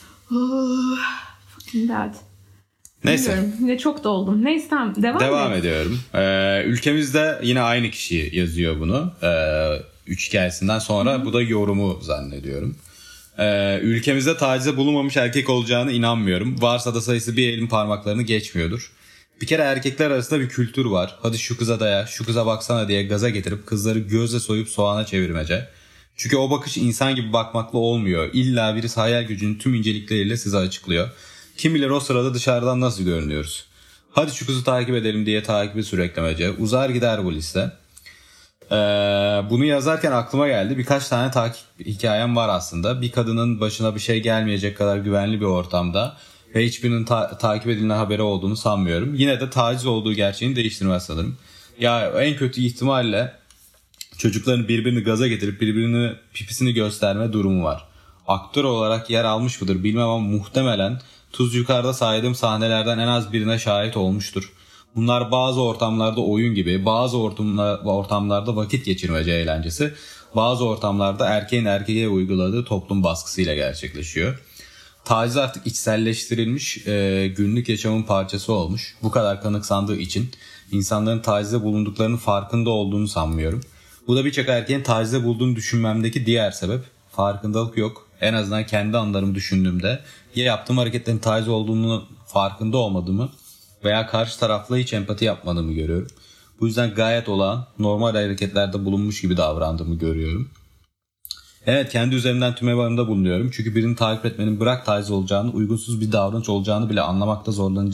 fucking bad. Neyse. Bilmiyorum. Yine çok doldum. Neyse tamam. Devam ediyorum. Ülkemizde yine aynı kişi yazıyor bunu. 3 hikayesinden sonra bu da yorumu zannediyorum. Ülkemizde tacize bulunmamış erkek olacağını inanmıyorum. Varsa da sayısı bir elin parmaklarını geçmiyordur. Bir kere erkekler arasında bir kültür var. Hadi şu kıza daya, şu kıza baksana diye gaza getirip kızları gözle soyup soğana çevirmece. Çünkü o bakış insan gibi bakmakla olmuyor. İlla birisi hayal gücünün tüm incelikleriyle size açıklıyor. Kim bilir o sırada dışarıdan nasıl görünüyoruz. Hadi şu kızı takip edelim diye takibi süreklemece. Uzar gider bu liste. Bunu yazarken aklıma geldi. Birkaç tane takip hikayem var aslında. Bir kadının başına bir şey gelmeyecek kadar güvenli bir ortamda ve hiçbirinin takip edilen haberi olduğunu sanmıyorum. Yine de taciz olduğu gerçeğini değiştirmez sanırım. Ya en kötü ihtimalle çocukların birbirini gaza getirip birbirine pipisini gösterme durumu var. Aktör olarak yer almış mıdır bilmem ama muhtemelen Tuz Yukarıda saydığım sahnelerden en az birine şahit olmuştur. Bunlar bazı ortamlarda oyun gibi, bazı ortamlarda vakit geçirmece eğlencesi, bazı ortamlarda erkeğin erkeğe uyguladığı toplum baskısıyla gerçekleşiyor. Taciz artık içselleştirilmiş, günlük yaşamın parçası olmuş. Bu kadar kanıksandığı için insanların tacize bulunduklarının farkında olduğunu sanmıyorum. Bu da birçok erkeğin tacize bulduğunu düşünmemdeki diğer sebep. Farkındalık yok. En azından kendi anlarımı düşündüğümde ya yaptığım hareketlerin taciz olduğunu farkında olmadığımı veya karşı tarafla hiç empati yapmadığımı görüyorum. Bu yüzden gayet olağan, normal hareketlerde bulunmuş gibi davrandığımı görüyorum. Evet, kendi üzerimden tümevarımda bulunuyorum. Çünkü birini takip etmenin bırak taciz olacağını, uygunsuz bir davranış olacağını bile anlatmakta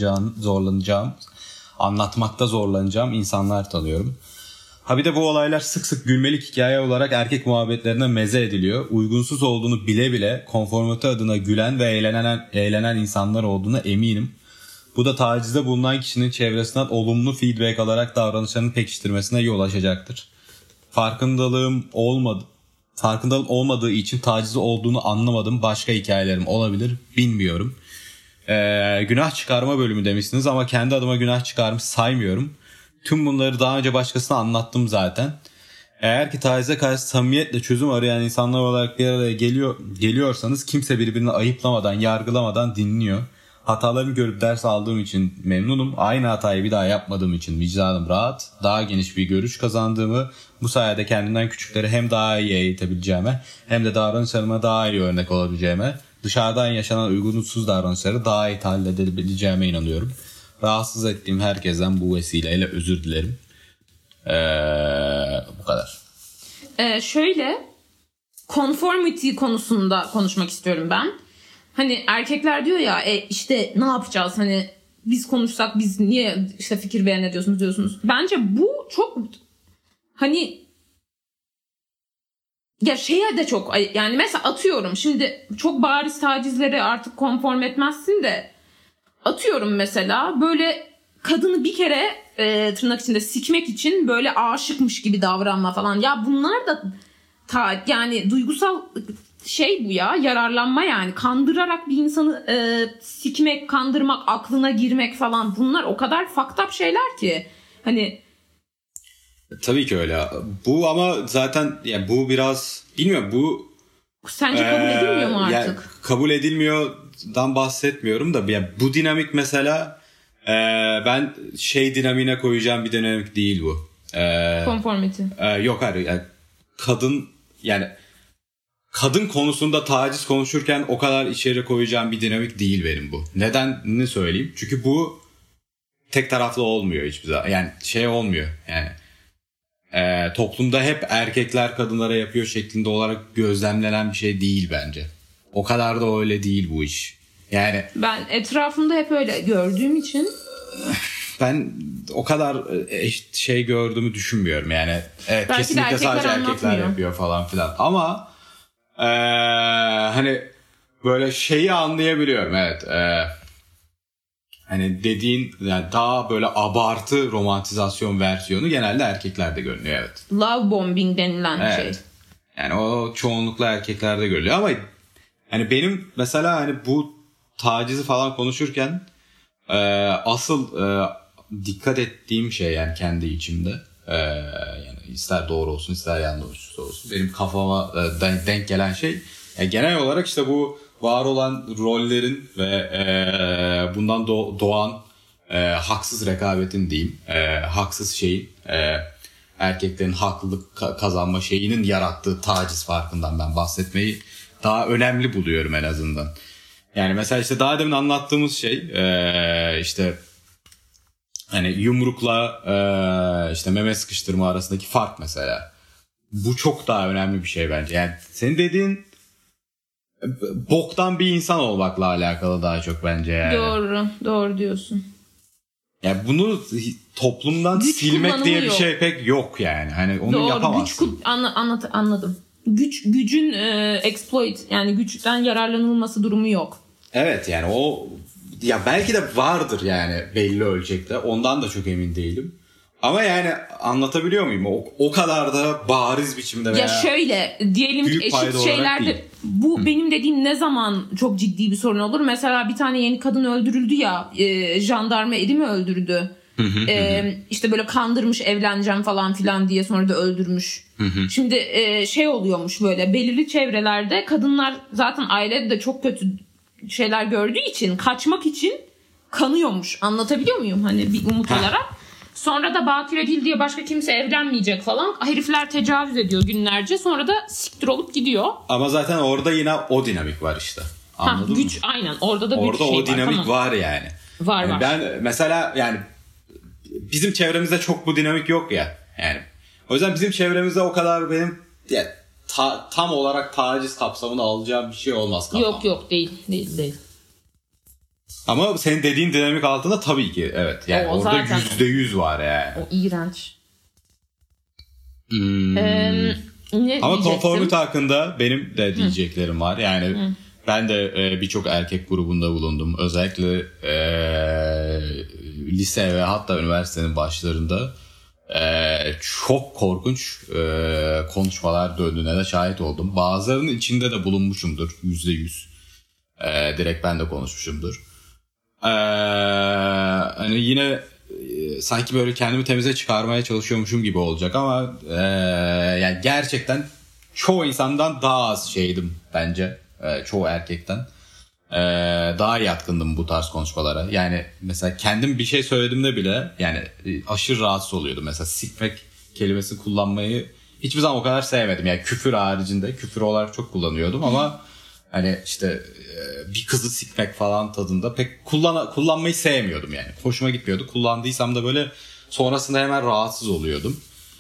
zorlanacağım insanlar tanıyorum. Ha bir de bu olaylar sık sık gülmelik hikaye olarak erkek muhabbetlerine meze ediliyor. Uygunsuz olduğunu bile bile konformite adına gülen ve eğlenen insanlar olduğuna eminim. Bu da tacizde bulunan kişinin çevresinden olumlu feedback alarak davranışlarını pekiştirmesine yol açacaktır. Farkındalığım olmadığı için taciz olduğunu anlamadım. Başka hikayelerim olabilir, bilmiyorum. Günah çıkarma bölümü demişsiniz ama kendi adıma günah çıkarmış saymıyorum. Tüm bunları daha önce başkasına anlattım zaten. Eğer ki tacize karşı samimiyetle çözüm arayan insanlar olarak bir araya geliyorsanız kimse birbirini ayıplamadan, yargılamadan dinliyor. Hatalarımı görüp ders aldığım için memnunum. Aynı hatayı bir daha yapmadığım için vicdanım rahat. Daha geniş bir görüş kazandığımı, bu sayede kendimden küçükleri hem daha iyi eğitebileceğime hem de davranışlarıma daha iyi örnek olabileceğime, dışarıdan yaşanan uygunsuz davranışları daha iyi tahlil edebileceğime inanıyorum. Rahatsız ettiğim herkesten bu vesileyle özür dilerim. Bu kadar. Şöyle, conformity konusunda konuşmak istiyorum ben. Hani erkekler diyor ya işte ne yapacağız, hani biz konuşsak biz niye işte fikir beyan ediyorsunuz diyorsunuz. Bence bu çok hani ya şeye de çok, yani mesela atıyorum şimdi çok bariz tacizleri artık konform etmezsin de atıyorum mesela böyle kadını bir kere tırnak içinde sikmek için böyle aşıkmış gibi davranma falan. Ya bunlar da yani duygusal şey bu ya, yararlanma yani. Kandırarak bir insanı sikmek, kandırmak, aklına girmek falan, bunlar o kadar fucked up şeyler ki. Hani tabii ki öyle. Bu ama zaten yani bu biraz bilmiyorum, bu sence kabul edilmiyor mu artık? Yani kabul edilmiyordan bahsetmiyorum da yani bu dinamik mesela ben şey dinamiğine koyacağım bir dinamik değil bu. Conformity. Yok hayır, yani kadın konusunda taciz konuşurken o kadar içeri koyacağım bir dinamik değil benim bu. Nedenini söyleyeyim. Çünkü bu tek taraflı olmuyor hiçbir zaman. Yani şey olmuyor. Yani toplumda hep erkekler kadınlara yapıyor şeklinde olarak gözlemlenen bir şey değil bence. O kadar da öyle değil bu iş. Yani ben etrafımda hep öyle gördüğüm için ben o kadar şey gördüğümü düşünmüyorum. Yani evet, kesinlikle sadece erkekler yapıyor falan filan. Ama hani böyle şeyi anlayabiliyorum, evet. Hani dediğin yani daha böyle abartı romantizasyon versiyonu genelde erkeklerde görünüyor, evet. Love bombing denilen şey. Yani o çoğunlukla erkeklerde görülüyor ama hani benim mesela hani bu tacizi falan konuşurken asıl dikkat ettiğim şey yani kendi içimde, yani ister doğru olsun ister yanlış olsun benim kafama denk gelen şey yani genel olarak işte bu var olan rollerin ve bundan doğan haksız rekabetin diyeyim, haksız şeyin, erkeklerin haklılık kazanma şeyinin yarattığı taciz farkından ben bahsetmeyi daha önemli buluyorum en azından. Yani mesela işte daha demin anlattığımız şey işte hani yumrukla işte meme sıkıştırma arasındaki fark mesela. Bu çok daha önemli bir şey bence. Yani senin dediğin boktan bir insan olmakla alakalı daha çok bence yani. Doğru diyorsun. Yani bunu toplumdan güç silmek diye bir yok. şey pek yok yani. Hani onu yapamazsın. Anladım. Gücün exploit, yani güçten yararlanılması durumu yok. Evet yani o ya belki de vardır yani belli ölçekte. Ondan da çok emin değilim. Ama yani anlatabiliyor muyum? O kadar da bariz biçimde veya ya şöyle diyelim ki eşit şeylerde bu benim dediğim ne zaman çok ciddi bir sorun olur? Mesela bir tane yeni kadın öldürüldü ya, jandarma eri mi öldürdü? İşte böyle kandırmış, evleneceğim falan filan diye, sonra da öldürmüş. Şimdi şey oluyormuş, böyle belirli çevrelerde kadınlar zaten ailede de çok kötü şeyler gördüğü için kaçmak için kanıyormuş. Anlatabiliyor muyum? Hani bir umut olarak. Sonra da bakire değil diye başka kimse evlenmeyecek falan. Herifler tecavüz ediyor günlerce. Sonra da siktir olup gidiyor. Ama zaten orada yine o dinamik var işte. Anladın güç, mı? Aynen. Orada da orada bir şey o dinamik var. Var yani. Var. Ben mesela yani bizim çevremizde çok bu dinamik yok ya. Yani o yüzden bizim çevremizde o kadar benim yani, tam olarak taciz kapsamını alacağım bir şey olmaz kafam. Yok değil. Ama senin dediğin dinamik altında tabii ki evet. Yani orada %100 var yani. O iğrenç. Ama konformite hakkında benim de diyeceklerim var. Yani ben de birçok erkek grubunda bulundum. Özellikle lise ve hatta üniversitenin başlarında çok korkunç konuşmalar döndüğüne de şahit oldum. Bazılarının içinde de bulunmuşumdur %100. Direkt ben de konuşmuşumdur. Hani yine sanki böyle kendimi temize çıkarmaya çalışıyormuşum gibi olacak ama yani gerçekten çoğu insandan daha az şeydim bence. Çoğu erkekten. Daha yatkındım bu tarz konuşmalara. Yani mesela kendim bir şey söylediğimde bile yani aşırı rahatsız oluyordum. Mesela sikmek kelimesini kullanmayı hiçbir zaman o kadar sevmedim. Yani küfür haricinde küfür olarak çok kullanıyordum ama hani işte bir kızı sikmek falan tadında pek kullanmayı sevmiyordum yani. Hoşuma gitmiyordu. Kullandıysam da böyle sonrasında hemen rahatsız oluyordum.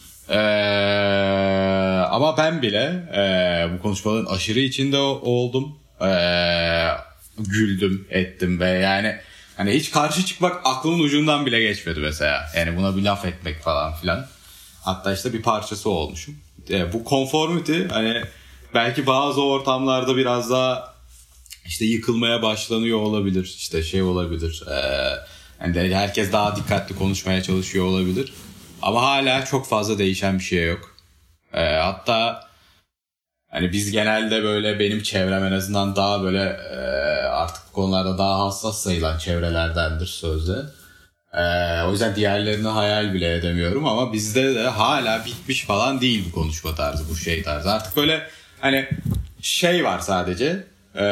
Ama ben bile bu konuşmaların aşırı içinde oldum. Güldüm, ettim ve yani hani hiç karşı çıkmak aklımın ucundan bile geçmedi mesela. Yani buna bir laf etmek falan filan. Hatta işte bir parçası olmuşum. Bu conformity hani belki bazı ortamlarda biraz daha işte yıkılmaya başlanıyor olabilir. İşte şey olabilir. Yani herkes daha dikkatli konuşmaya çalışıyor olabilir. Ama hala çok fazla değişen bir şey yok. Hatta hani biz genelde böyle benim çevrem en azından daha böyle artık bu konularda daha hassas sayılan çevrelerdendir sözde. O yüzden diğerlerini hayal bile edemiyorum ama bizde de hala bitmiş falan değil bu konuşma tarzı, bu şey tarzı. Artık böyle hani şey var sadece.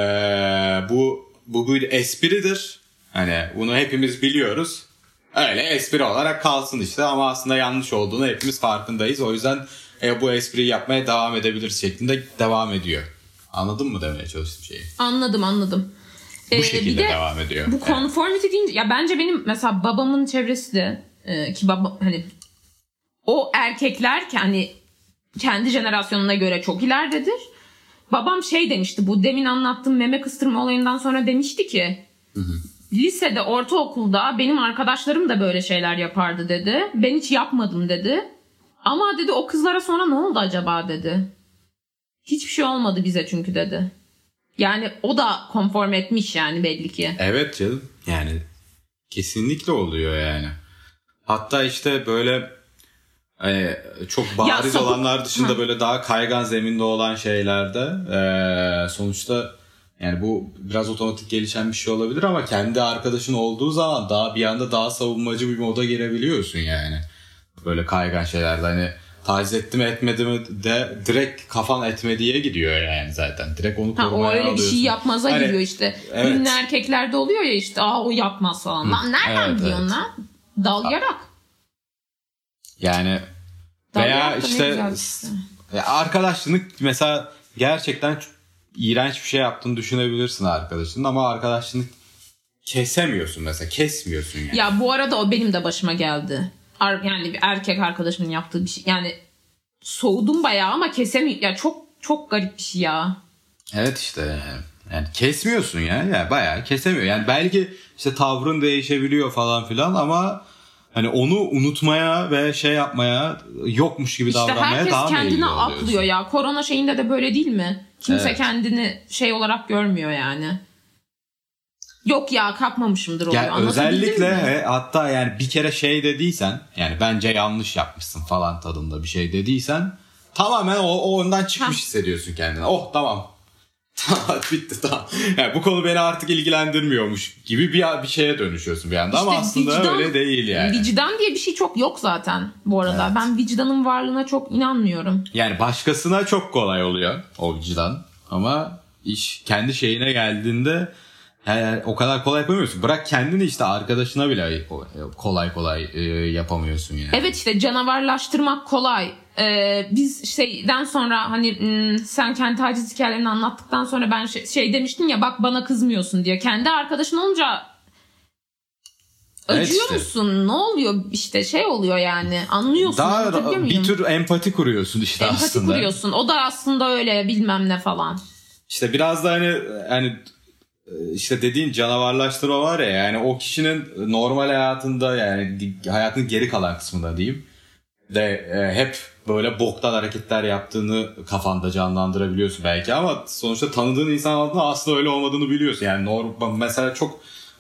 Bu bir espridir. Hani bunu hepimiz biliyoruz. Öyle espri olarak kalsın işte ama aslında yanlış olduğunu hepimiz farkındayız. O yüzden bu espriyi yapmaya devam edebiliriz şeklinde devam ediyor. Anladın mı demeye çalıştığım şeyi? Anladım. Bu şekilde devam ediyor. Bu conformity deyince ya bence benim mesela babamın çevresi de ki baba hani o erkekler hani kendi jenerasyonuna göre çok ileridedir. Babam şey demişti, bu demin anlattığım meme kıstırma olayından sonra demişti ki lisede, ortaokulda benim arkadaşlarım da böyle şeyler yapardı dedi. Ben hiç yapmadım dedi. Ama dedi o kızlara sonra ne oldu acaba dedi. Hiçbir şey olmadı bize çünkü dedi. Yani o da konform etmiş yani belli ki. Evet canım. Yani kesinlikle oluyor yani. Hatta işte böyle hani çok bariz olanlar dışında böyle daha kaygan zeminde olan şeylerde sonuçta yani bu biraz otomatik gelişen bir şey olabilir ama kendi arkadaşın olduğu zaman daha bir anda daha savunmacı bir moda girebiliyorsun yani. Böyle kaygan şeylerde hani taciz etti mi etmedi mi de direkt kafan etmediye gidiyor yani zaten. Direkt onu korumaya alıyorsun. O öyle bir şey yapmaza hani, giriyor işte. Evet. Ünlü erkeklerde oluyor ya işte o yapmaz falan. Lan nereden biliyorsun lan? Dalgarak. Yani veya işte arkadaşlık mesela gerçekten iğrenç bir şey yaptığını düşünebilirsin arkadaşının ama arkadaşlığını kesemiyorsun mesela. Kesmiyorsun yani. Ya bu arada o benim de başıma geldi. Yani bir erkek arkadaşımın yaptığı bir şey. Yani soğudum bayağı ama kesemiyorum. Ya çok garip bir şey ya. Evet işte yani kesmiyorsun ya. Yani bayağı kesemiyor. Yani belki işte tavrın değişebiliyor falan filan ama hani onu unutmaya ve şey yapmaya yokmuş gibi davranmaya daha meyilli oluyorsun. İşte herkes kendini atlıyor ya. Korona şeyinde de böyle değil mi? Kimse kendini şey olarak görmüyor yani. Yok ya kapmamışımdır oluyor. Yani özellikle hatta yani bir kere şey dediysen yani bence yanlış yapmışsın falan tadında bir şey dediysen tamamen o ondan çıkmış hissediyorsun kendine. Oh tamam. Tamam bitti tamam. Yani bu konu beni artık ilgilendirmiyormuş gibi bir şeye dönüşüyorsun bir anda işte ama aslında öyle değil yani. Vicdan diye bir şey çok yok zaten bu arada. Evet. Ben vicdanın varlığına çok inanmıyorum. Yani başkasına çok kolay oluyor o vicdan ama iş kendi şeyine geldiğinde yani o kadar kolay yapamıyorsun. Bırak kendini işte arkadaşına bile kolay yapamıyorsun yani. Evet işte canavarlaştırmak kolay. Biz şeyden sonra hani sen kendi taciz hikayelerini anlattıktan sonra ben şey demiştin ya bak bana kızmıyorsun diye. Kendi arkadaşın olunca acıyor işte. Musun? Ne oluyor işte şey oluyor yani anlıyorsun. Daha bir tür empati kuruyorsun işte empati aslında. Empati kuruyorsun. O da aslında öyle bilmem ne falan. İşte biraz da hani işte dediğin canavarlaştırma var ya yani o kişinin normal hayatında yani hayatın geri kalan kısmında diyeyim de hep böyle boktan hareketler yaptığını kafanda canlandırabiliyorsun belki ama sonuçta tanıdığın insan aslında öyle olmadığını biliyorsun. Yani normal mesela çok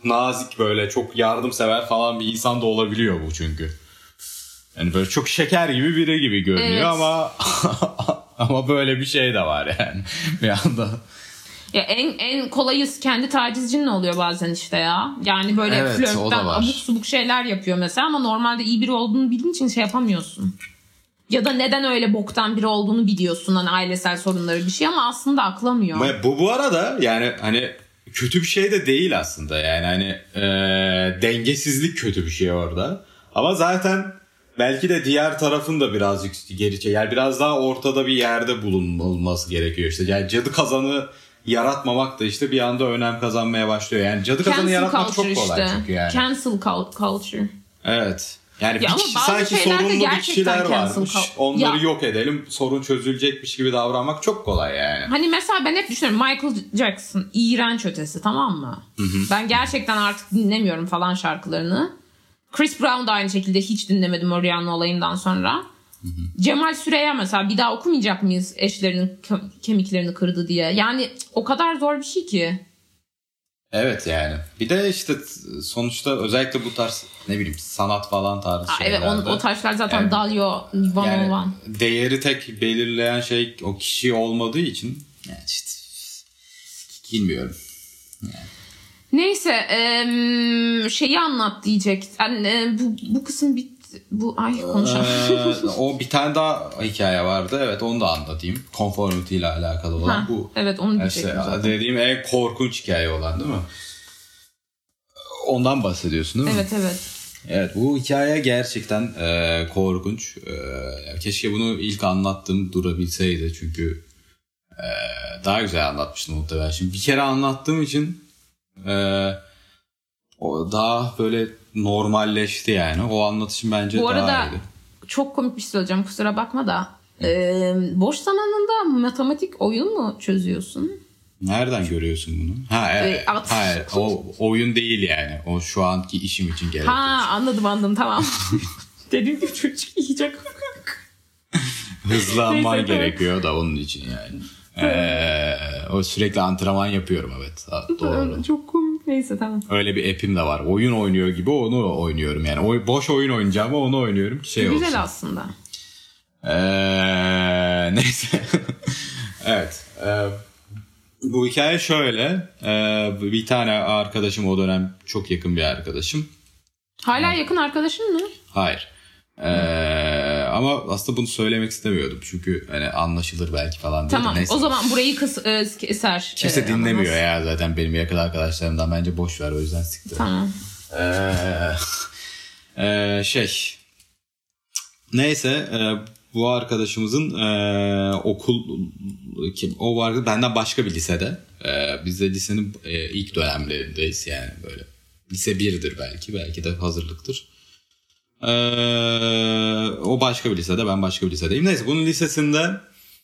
nazik, böyle çok yardımsever falan bir insan da olabiliyor bu çünkü. Yani böyle çok şeker gibi biri gibi görünüyor, evet. ama böyle bir şey de var yani bir anda. Ya en kolayı kendi tacizcinin oluyor bazen işte ya. Yani böyle evet, flörtten abuk subuk şeyler yapıyor mesela ama normalde iyi biri olduğunu bildiğin için şey yapamıyorsun. Ya da neden öyle boktan biri olduğunu biliyorsun, hani ailesel sorunları bir şey, ama aslında aklamıyor. Bu arada yani hani kötü bir şey de değil aslında yani hani dengesizlik kötü bir şey orada. Ama zaten belki de diğer tarafın da birazcık geri yani biraz daha ortada bir yerde bulunması gerekiyor işte. Yani cadı kazanı yaratmamak da işte bir anda önem kazanmaya başlıyor. Yani cadı kazanı yaratmak çok kolay işte. Çünkü yani. Cancel culture. Evet. Yani bir kişi, sanki sorunlu bir kişiler varmış. Onları yok edelim, sorun çözülecekmiş gibi davranmak çok kolay yani. Hani mesela ben hep düşünüyorum, Michael Jackson iğrenç ötesi, tamam mı? Hı-hı. Ben gerçekten artık dinlemiyorum falan şarkılarını. Chris Brown da aynı şekilde hiç dinlemedim o Rihanna olayından sonra. Hı-hı. Cemal Süreya mesela bir daha okumayacak mıyız eşlerinin kemiklerini kırdı diye? Yani o kadar zor bir şey ki. Evet yani. Bir de işte sonuçta özellikle bu tarz ne bileyim sanat falan tarzı şeylerde. Evet, o taşlar zaten yani, Dalio, Ivanova. Yani değeri tek belirleyen şey o kişi olmadığı için yani işte bilmiyorum. Yani. Neyse şeyi anlat diyecek. Yani, bu kısım konuşalım. O bir tane daha hikaye vardı. Evet, onu da anlatayım. Conformity ile alakalı olan bu. Evet, onu diyecektim zaten. Dediğim en korkunç hikaye olan değil mi? Ondan bahsediyorsun değil mi? Evet. Evet, bu hikaye gerçekten korkunç. Keşke bunu ilk anlattığım durabilseydi. Çünkü daha güzel anlatmıştım muhtemelen. Şimdi bir kere anlattığım için o daha böyle normalleşti yani. O anlatışım bence daha iyiydi. Bu arada çok komik bir şey söyleyeceğim, kusura bakma da. Boş zamanında matematik oyun mu çözüyorsun? Nereden görüyorsun bunu? Hayır, o oyun değil yani. O şu anki işim için gerekli. Anladım tamam. Dediğim gibi çocuk yiyecek. Hızlanman gerekiyor da onun için yani. O sürekli antrenman yapıyorum, evet. Doğru. Çok komik. Neyse, tamam. Öyle bir app'im de var. Oyun oynuyor gibi onu oynuyorum yani. Boş oyun oynayacağım ama onu oynuyorum ki şey olsun. Güzel aslında. Neyse. Evet. Bu hikaye şöyle. Bir tane arkadaşım, o dönem çok yakın bir arkadaşım. Hala yakın arkadaşın mı? Hayır. Ama aslında bunu söylemek istemiyordum. Çünkü hani anlaşılır belki falan diye. Tamam. Neyse. O zaman burayı keser. Kimse dinlemiyor ya zaten benim yakın arkadaşlarımdan. Bence boş ver, o yüzden siktir. Tamam. Neyse. Bu arkadaşımızın o vardı benden başka bir lisede. Biz de lisenin ilk dönemlerindeyiz yani böyle. Lise 1'dir belki de hazırlıktır. O başka bir lisede, ben başka bir lisedeyim. Neyse, bunun lisesinde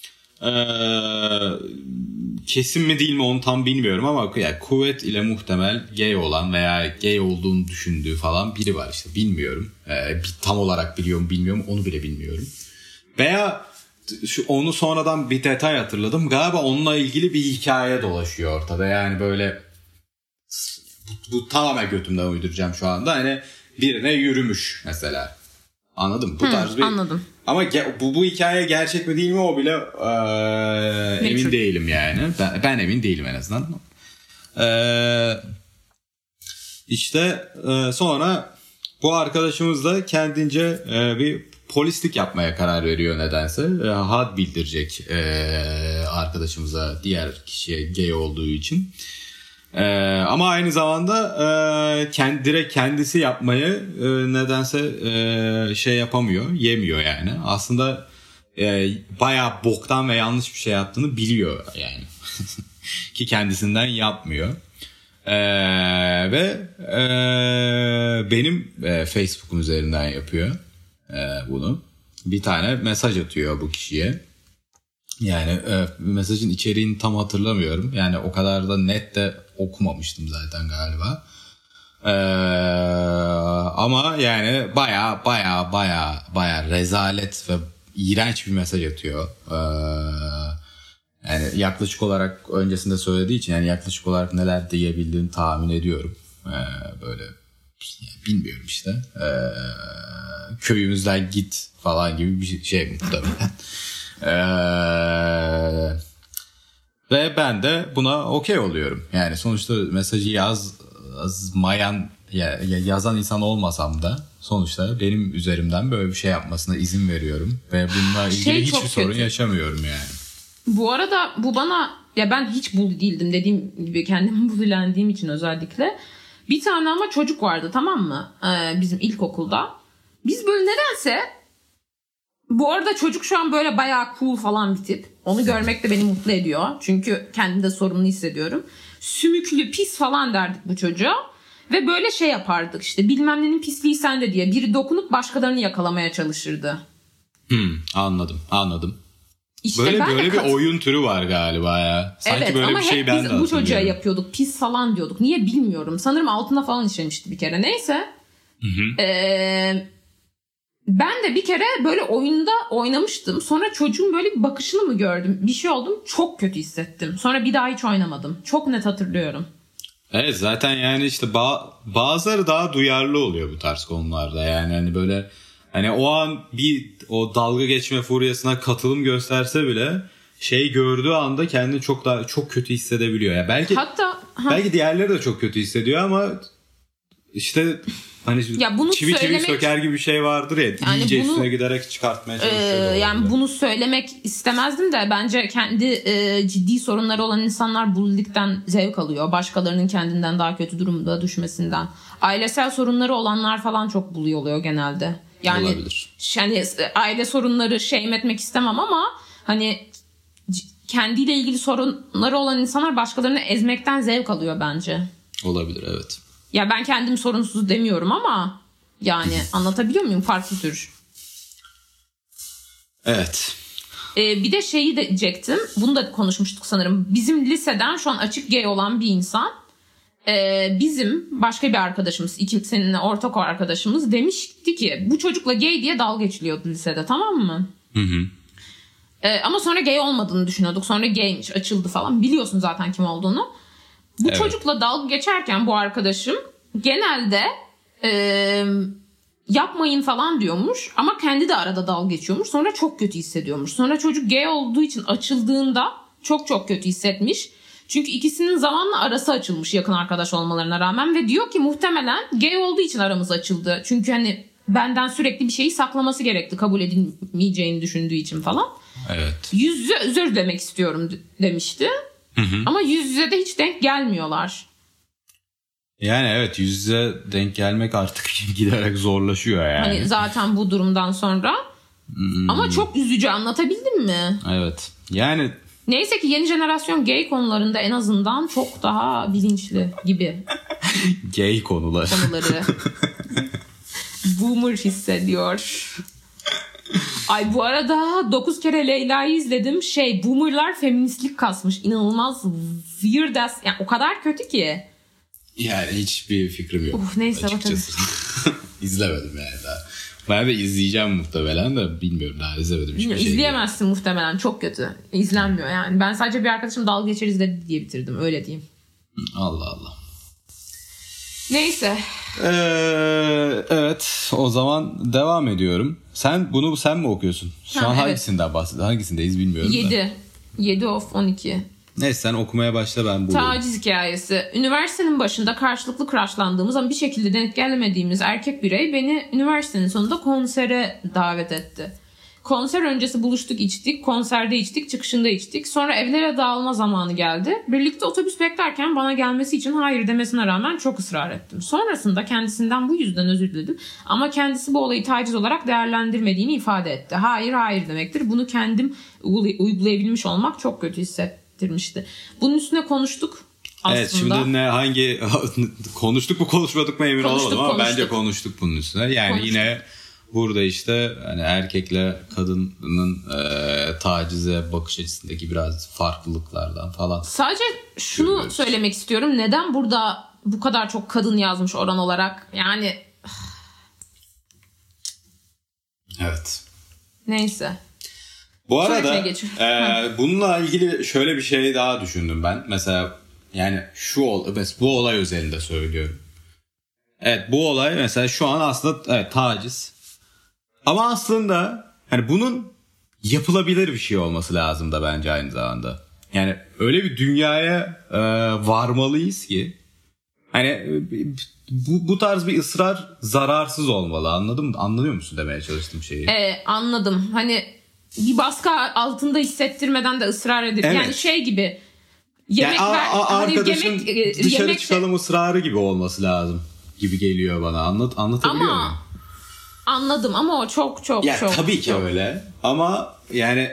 kesin mi değil mi onu tam bilmiyorum ama yani kuvvet ile muhtemel gay olan veya gay olduğunu düşündüğü falan biri var işte, bilmiyorum. Tam olarak biliyor mu bilmiyorum, onu bile bilmiyorum. Veya onu sonradan bir detay hatırladım. Galiba onunla ilgili bir hikaye dolaşıyor ortada. Yani böyle bu tamamen götümden uyduracağım şu anda. Hani birine yürümüş mesela. Anladın mı? Bu tarz bir. Anladım. Ama bu hikaye gerçek mi değil mi o bile emin değilim yani. Ben emin değilim en azından. İşte sonra bu arkadaşımız da kendince bir polislik yapmaya karar veriyor nedense. Had bildirecek arkadaşımıza, diğer kişiye gay olduğu için. Ama aynı zamanda direkt kendisi yapmayı nedense şey yapamıyor, yemiyor yani. Aslında bayağı boktan ve yanlış bir şey yaptığını biliyor yani. Ki kendisinden yapmıyor. Ve benim Facebook'um üzerinden yapıyor bunu. Bir tane mesaj atıyor bu kişiye. Yani mesajın içeriğini tam hatırlamıyorum. Yani o kadar da net de okumamıştım zaten galiba. Ama yani baya rezalet ve iğrenç bir mesaj atıyor. Yani yaklaşık olarak öncesinde söylediği için yani yaklaşık olarak neler diyebildiğini tahmin ediyorum. Böyle bilmiyorum işte. Köyümüzden git falan gibi bir şey muhtemelen. Ve ben de buna okey oluyorum. Yani sonuçta mesajı yazmayan, yazan insan olmasam da sonuçta benim üzerimden böyle bir şey yapmasına izin veriyorum. Ve bununla ilgili hiçbir sorun yaşamıyorum yani. Bu arada bu bana, ya ben hiç bully değildim, dediğim gibi kendimi bullylendiğim için özellikle. Bir tane ama çocuk vardı, tamam mı? Bizim ilkokulda. Biz böyle nedense, bu arada çocuk şu an böyle bayağı cool falan bir tip. Onu görmek de beni mutlu ediyor. Çünkü kendimde sorumlu hissediyorum. Sümüklü, pis falan derdik bu çocuğa. Ve böyle şey yapardık işte, bilmem nenin pisliği sende diye. Biri dokunup başkalarını yakalamaya çalışırdı. Anladım. İşte böyle bir oyun türü var galiba ya. Sanki evet, böyle ama bir şey hep ben de biz bu çocuğa hatırlıyorum. yapıyorduk. Pis falan diyorduk. Niye bilmiyorum. Sanırım altına falan işlemişti bir kere. Neyse. Ben de bir kere böyle oyunda oynamıştım. Sonra çocuğun böyle bir bakışını mı gördüm? Bir şey oldum. Çok kötü hissettim. Sonra bir daha hiç oynamadım. Çok net hatırlıyorum. Evet, zaten yani işte bazıları daha duyarlı oluyor bu tarz konularda. Yani hani böyle hani o an o dalga geçme furyasına katılım gösterse bile şey gördüğü anda kendini çok kötü hissedebiliyor. Yani belki diğerleri de çok kötü hissediyor ama işte hani ya bunu çivi söker gibi bir şey vardır ya, yani iyice üstüne giderek çıkartmaya çalışıyor. Yani bunu söylemek istemezdim de bence kendi ciddi sorunları olan insanlar bully'likten zevk alıyor. Başkalarının kendinden daha kötü durumda düşmesinden. Ailesel sorunları olanlar falan çok bully oluyor genelde. Yani olabilir. Yani aile sorunları shame etmek istemem ama hani kendiyle ilgili sorunları olan insanlar başkalarını ezmekten zevk alıyor bence. Olabilir, evet. Ya ben kendim sorunsuz demiyorum ama yani anlatabiliyor muyum? Farklı tür. Evet. Bir de şeyi de diyecektim. Bunu da konuşmuştuk sanırım. Bizim liseden şu an açık gay olan bir insan, bizim başka bir arkadaşımız, seninle ortak arkadaşımız demişti ki bu çocukla gay diye dalga geçiliyordu lisede, tamam mı? Ama sonra gay olmadığını düşünüyorduk. Sonra gaymiş, açıldı falan. Biliyorsun zaten kim olduğunu. Bu çocukla dalga geçerken bu arkadaşım genelde yapmayın falan diyormuş ama kendi de arada dalga geçiyormuş. Sonra çok kötü hissediyormuş. Sonra çocuk gay olduğu için açıldığında çok kötü hissetmiş. Çünkü ikisinin zamanla arası açılmış yakın arkadaş olmalarına rağmen ve diyor ki muhtemelen gay olduğu için aramız açıldı. Çünkü hani benden sürekli bir şeyi saklaması gerekti, kabul edilmeyeceğini düşündüğü için falan. Evet. Yüz yüze özür dilemek istiyorum demişti. Ama yüz yüze de hiç denk gelmiyorlar. Yani evet, yüz yüze denk gelmek artık giderek zorlaşıyor yani. Hani zaten bu durumdan sonra. Ama çok üzücü, anlatabildim mi? Evet. Yani neyse ki yeni jenerasyon gay konularında en azından çok daha bilinçli gibi. Gay konuları. Boomer hissediyor. Ay bu arada 9 kere Leyla'yı izledim. Boomerlar feministlik kasmış. İnanılmaz weird ass. Yani o kadar kötü ki. Yani hiçbir fikrim yok. Neyse açıkçası. İzlemedim yani daha. Ben de izleyeceğim muhtemelen de bilmiyorum, daha izlemedim hiçbir şey. İzleyemezsin muhtemelen, çok kötü. İzlenmiyor yani. Ben sadece bir arkadaşım dalga geçer izledi diye bitirdim, öyle diyeyim. Allah Allah. Neyse. Evet, o zaman devam ediyorum. Sen mi okuyorsun? Şu an hangisinden bahsediyorsun? Hangisindeyiz bilmiyorum 7 of 12. Neyse sen okumaya başla, ben bulurum. Taciz hikayesi. Üniversitenin başında karşılıklı crushlandığımız ama bir şekilde denk gelemediğimiz erkek birey beni üniversitenin sonunda konsere davet etti. Konser öncesi buluştuk, içtik, konserde içtik, çıkışında içtik. Sonra evlere dağılma zamanı geldi. Birlikte otobüs beklerken bana gelmesi için hayır demesine rağmen çok ısrar ettim. Sonrasında kendisinden bu yüzden özür diledim. Ama kendisi bu olayı taciz olarak değerlendirmediğini ifade etti. Hayır demektir. Bunu kendim uygulayabilmiş olmak çok kötü hissettirmişti. Bunun üstüne konuştuk aslında. Evet, şimdi hangi konuştuk mu konuşmadık mı emin olamadım ama bence konuştuk bunun üstüne. Yani yine burada işte hani erkekle kadının tacize bakış açısındaki biraz farklılıklardan falan. Sadece şunu görüyoruz. Söylemek istiyorum. Neden burada bu kadar çok kadın yazmış oran olarak? Yani evet. Neyse. Bu arada bununla ilgili şöyle bir şey daha düşündüm ben. Mesela yani bu olay özelinde söylüyorum. Evet, bu olay mesela şu an aslında evet, taciz. Ama aslında hani bunun yapılabilir bir şey olması lazım da bence aynı zamanda. Yani öyle bir dünyaya varmalıyız ki hani bu tarz bir ısrar zararsız olmalı, anladın mı? Anlıyor musun demeye çalıştığım şeyi? Anladım. Hani bir baskı altında hissettirmeden de ısrar edip evet. Yani şey gibi yemek yani arkadaşın dışarı yemek çıkalım ısrarı gibi olması lazım gibi geliyor bana. Anlatabiliyor muyum? Anladım ama o çok ya, tabii ki öyle ama yani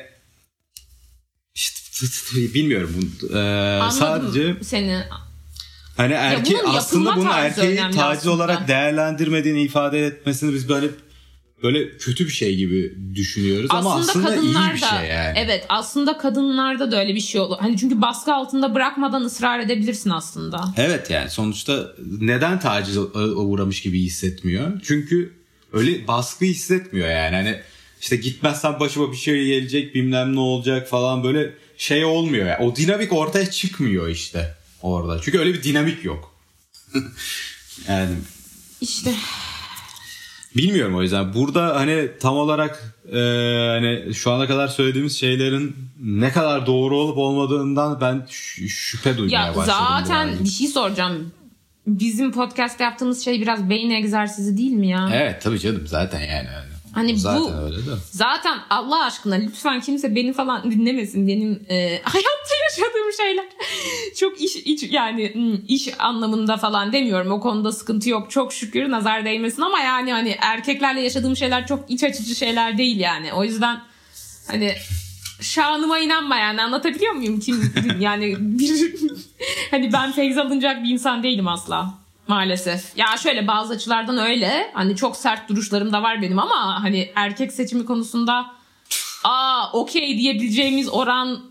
işte, bilmiyorum. Sadece seni. Hani erkeği aslında bunu erkeği taciz aslında olarak değerlendirmediğini ifade etmesini biz böyle kötü bir şey gibi düşünüyoruz ama aslında iyi bir şey yani. Evet, aslında kadınlarda da öyle bir şey olur. Hani çünkü baskı altında bırakmadan ısrar edebilirsin aslında. Evet, yani sonuçta neden tacize uğramış gibi hissetmiyor? Çünkü öyle baskı hissetmiyor yani. Hani işte gitmezsen başıma bir şey gelecek, bilmem ne olacak falan, böyle şey olmuyor yani. O dinamik ortaya çıkmıyor işte orada. Çünkü öyle bir dinamik yok. Yani işte bilmiyorum, o yüzden burada hani tam olarak hani şu ana kadar söylediğimiz şeylerin ne kadar doğru olup olmadığından ben şüphe duymaya başladım. Zaten bir şey soracağım. Bizim podcast'te yaptığımız şey biraz beyin egzersizi değil mi ya? Evet tabii canım, zaten yani. Hani zaten öyle de. Zaten Allah aşkına lütfen kimse beni falan dinlemesin. Benim hayatta yaşadığım şeyler çok iş anlamında falan demiyorum. O konuda sıkıntı yok. Çok şükür, nazar değmesin, ama yani hani erkeklerle yaşadığım şeyler çok iç açıcı şeyler değil yani. O yüzden hani şanıma inanma yani, anlatabiliyor muyum? Yani hani ben feyz alınacak bir insan değilim asla. Maalesef. Ya şöyle, bazı açılardan öyle. Hani çok sert duruşlarım da var benim ama hani erkek seçimi konusunda okey diyebileceğimiz oran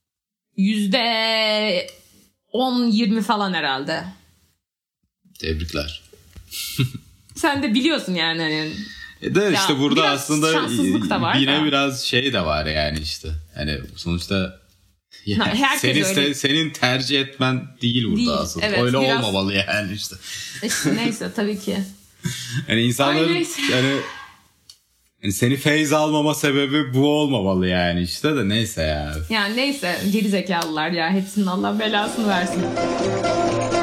%10-20 falan herhalde. Tebrikler. Sen de biliyorsun yani. Hani. İşte burada aslında yine da. Biraz şey de var yani işte. Hani sonuçta senin tercih etmen değil burada aslında. Evet, öyle biraz olmamalı yani işte. Neyse tabii ki. Yani insanların yani seni feyz almama sebebi bu olmamalı yani işte, de neyse ya. Yani neyse, gerizekalılar ya, hepsinin Allah belasını versin.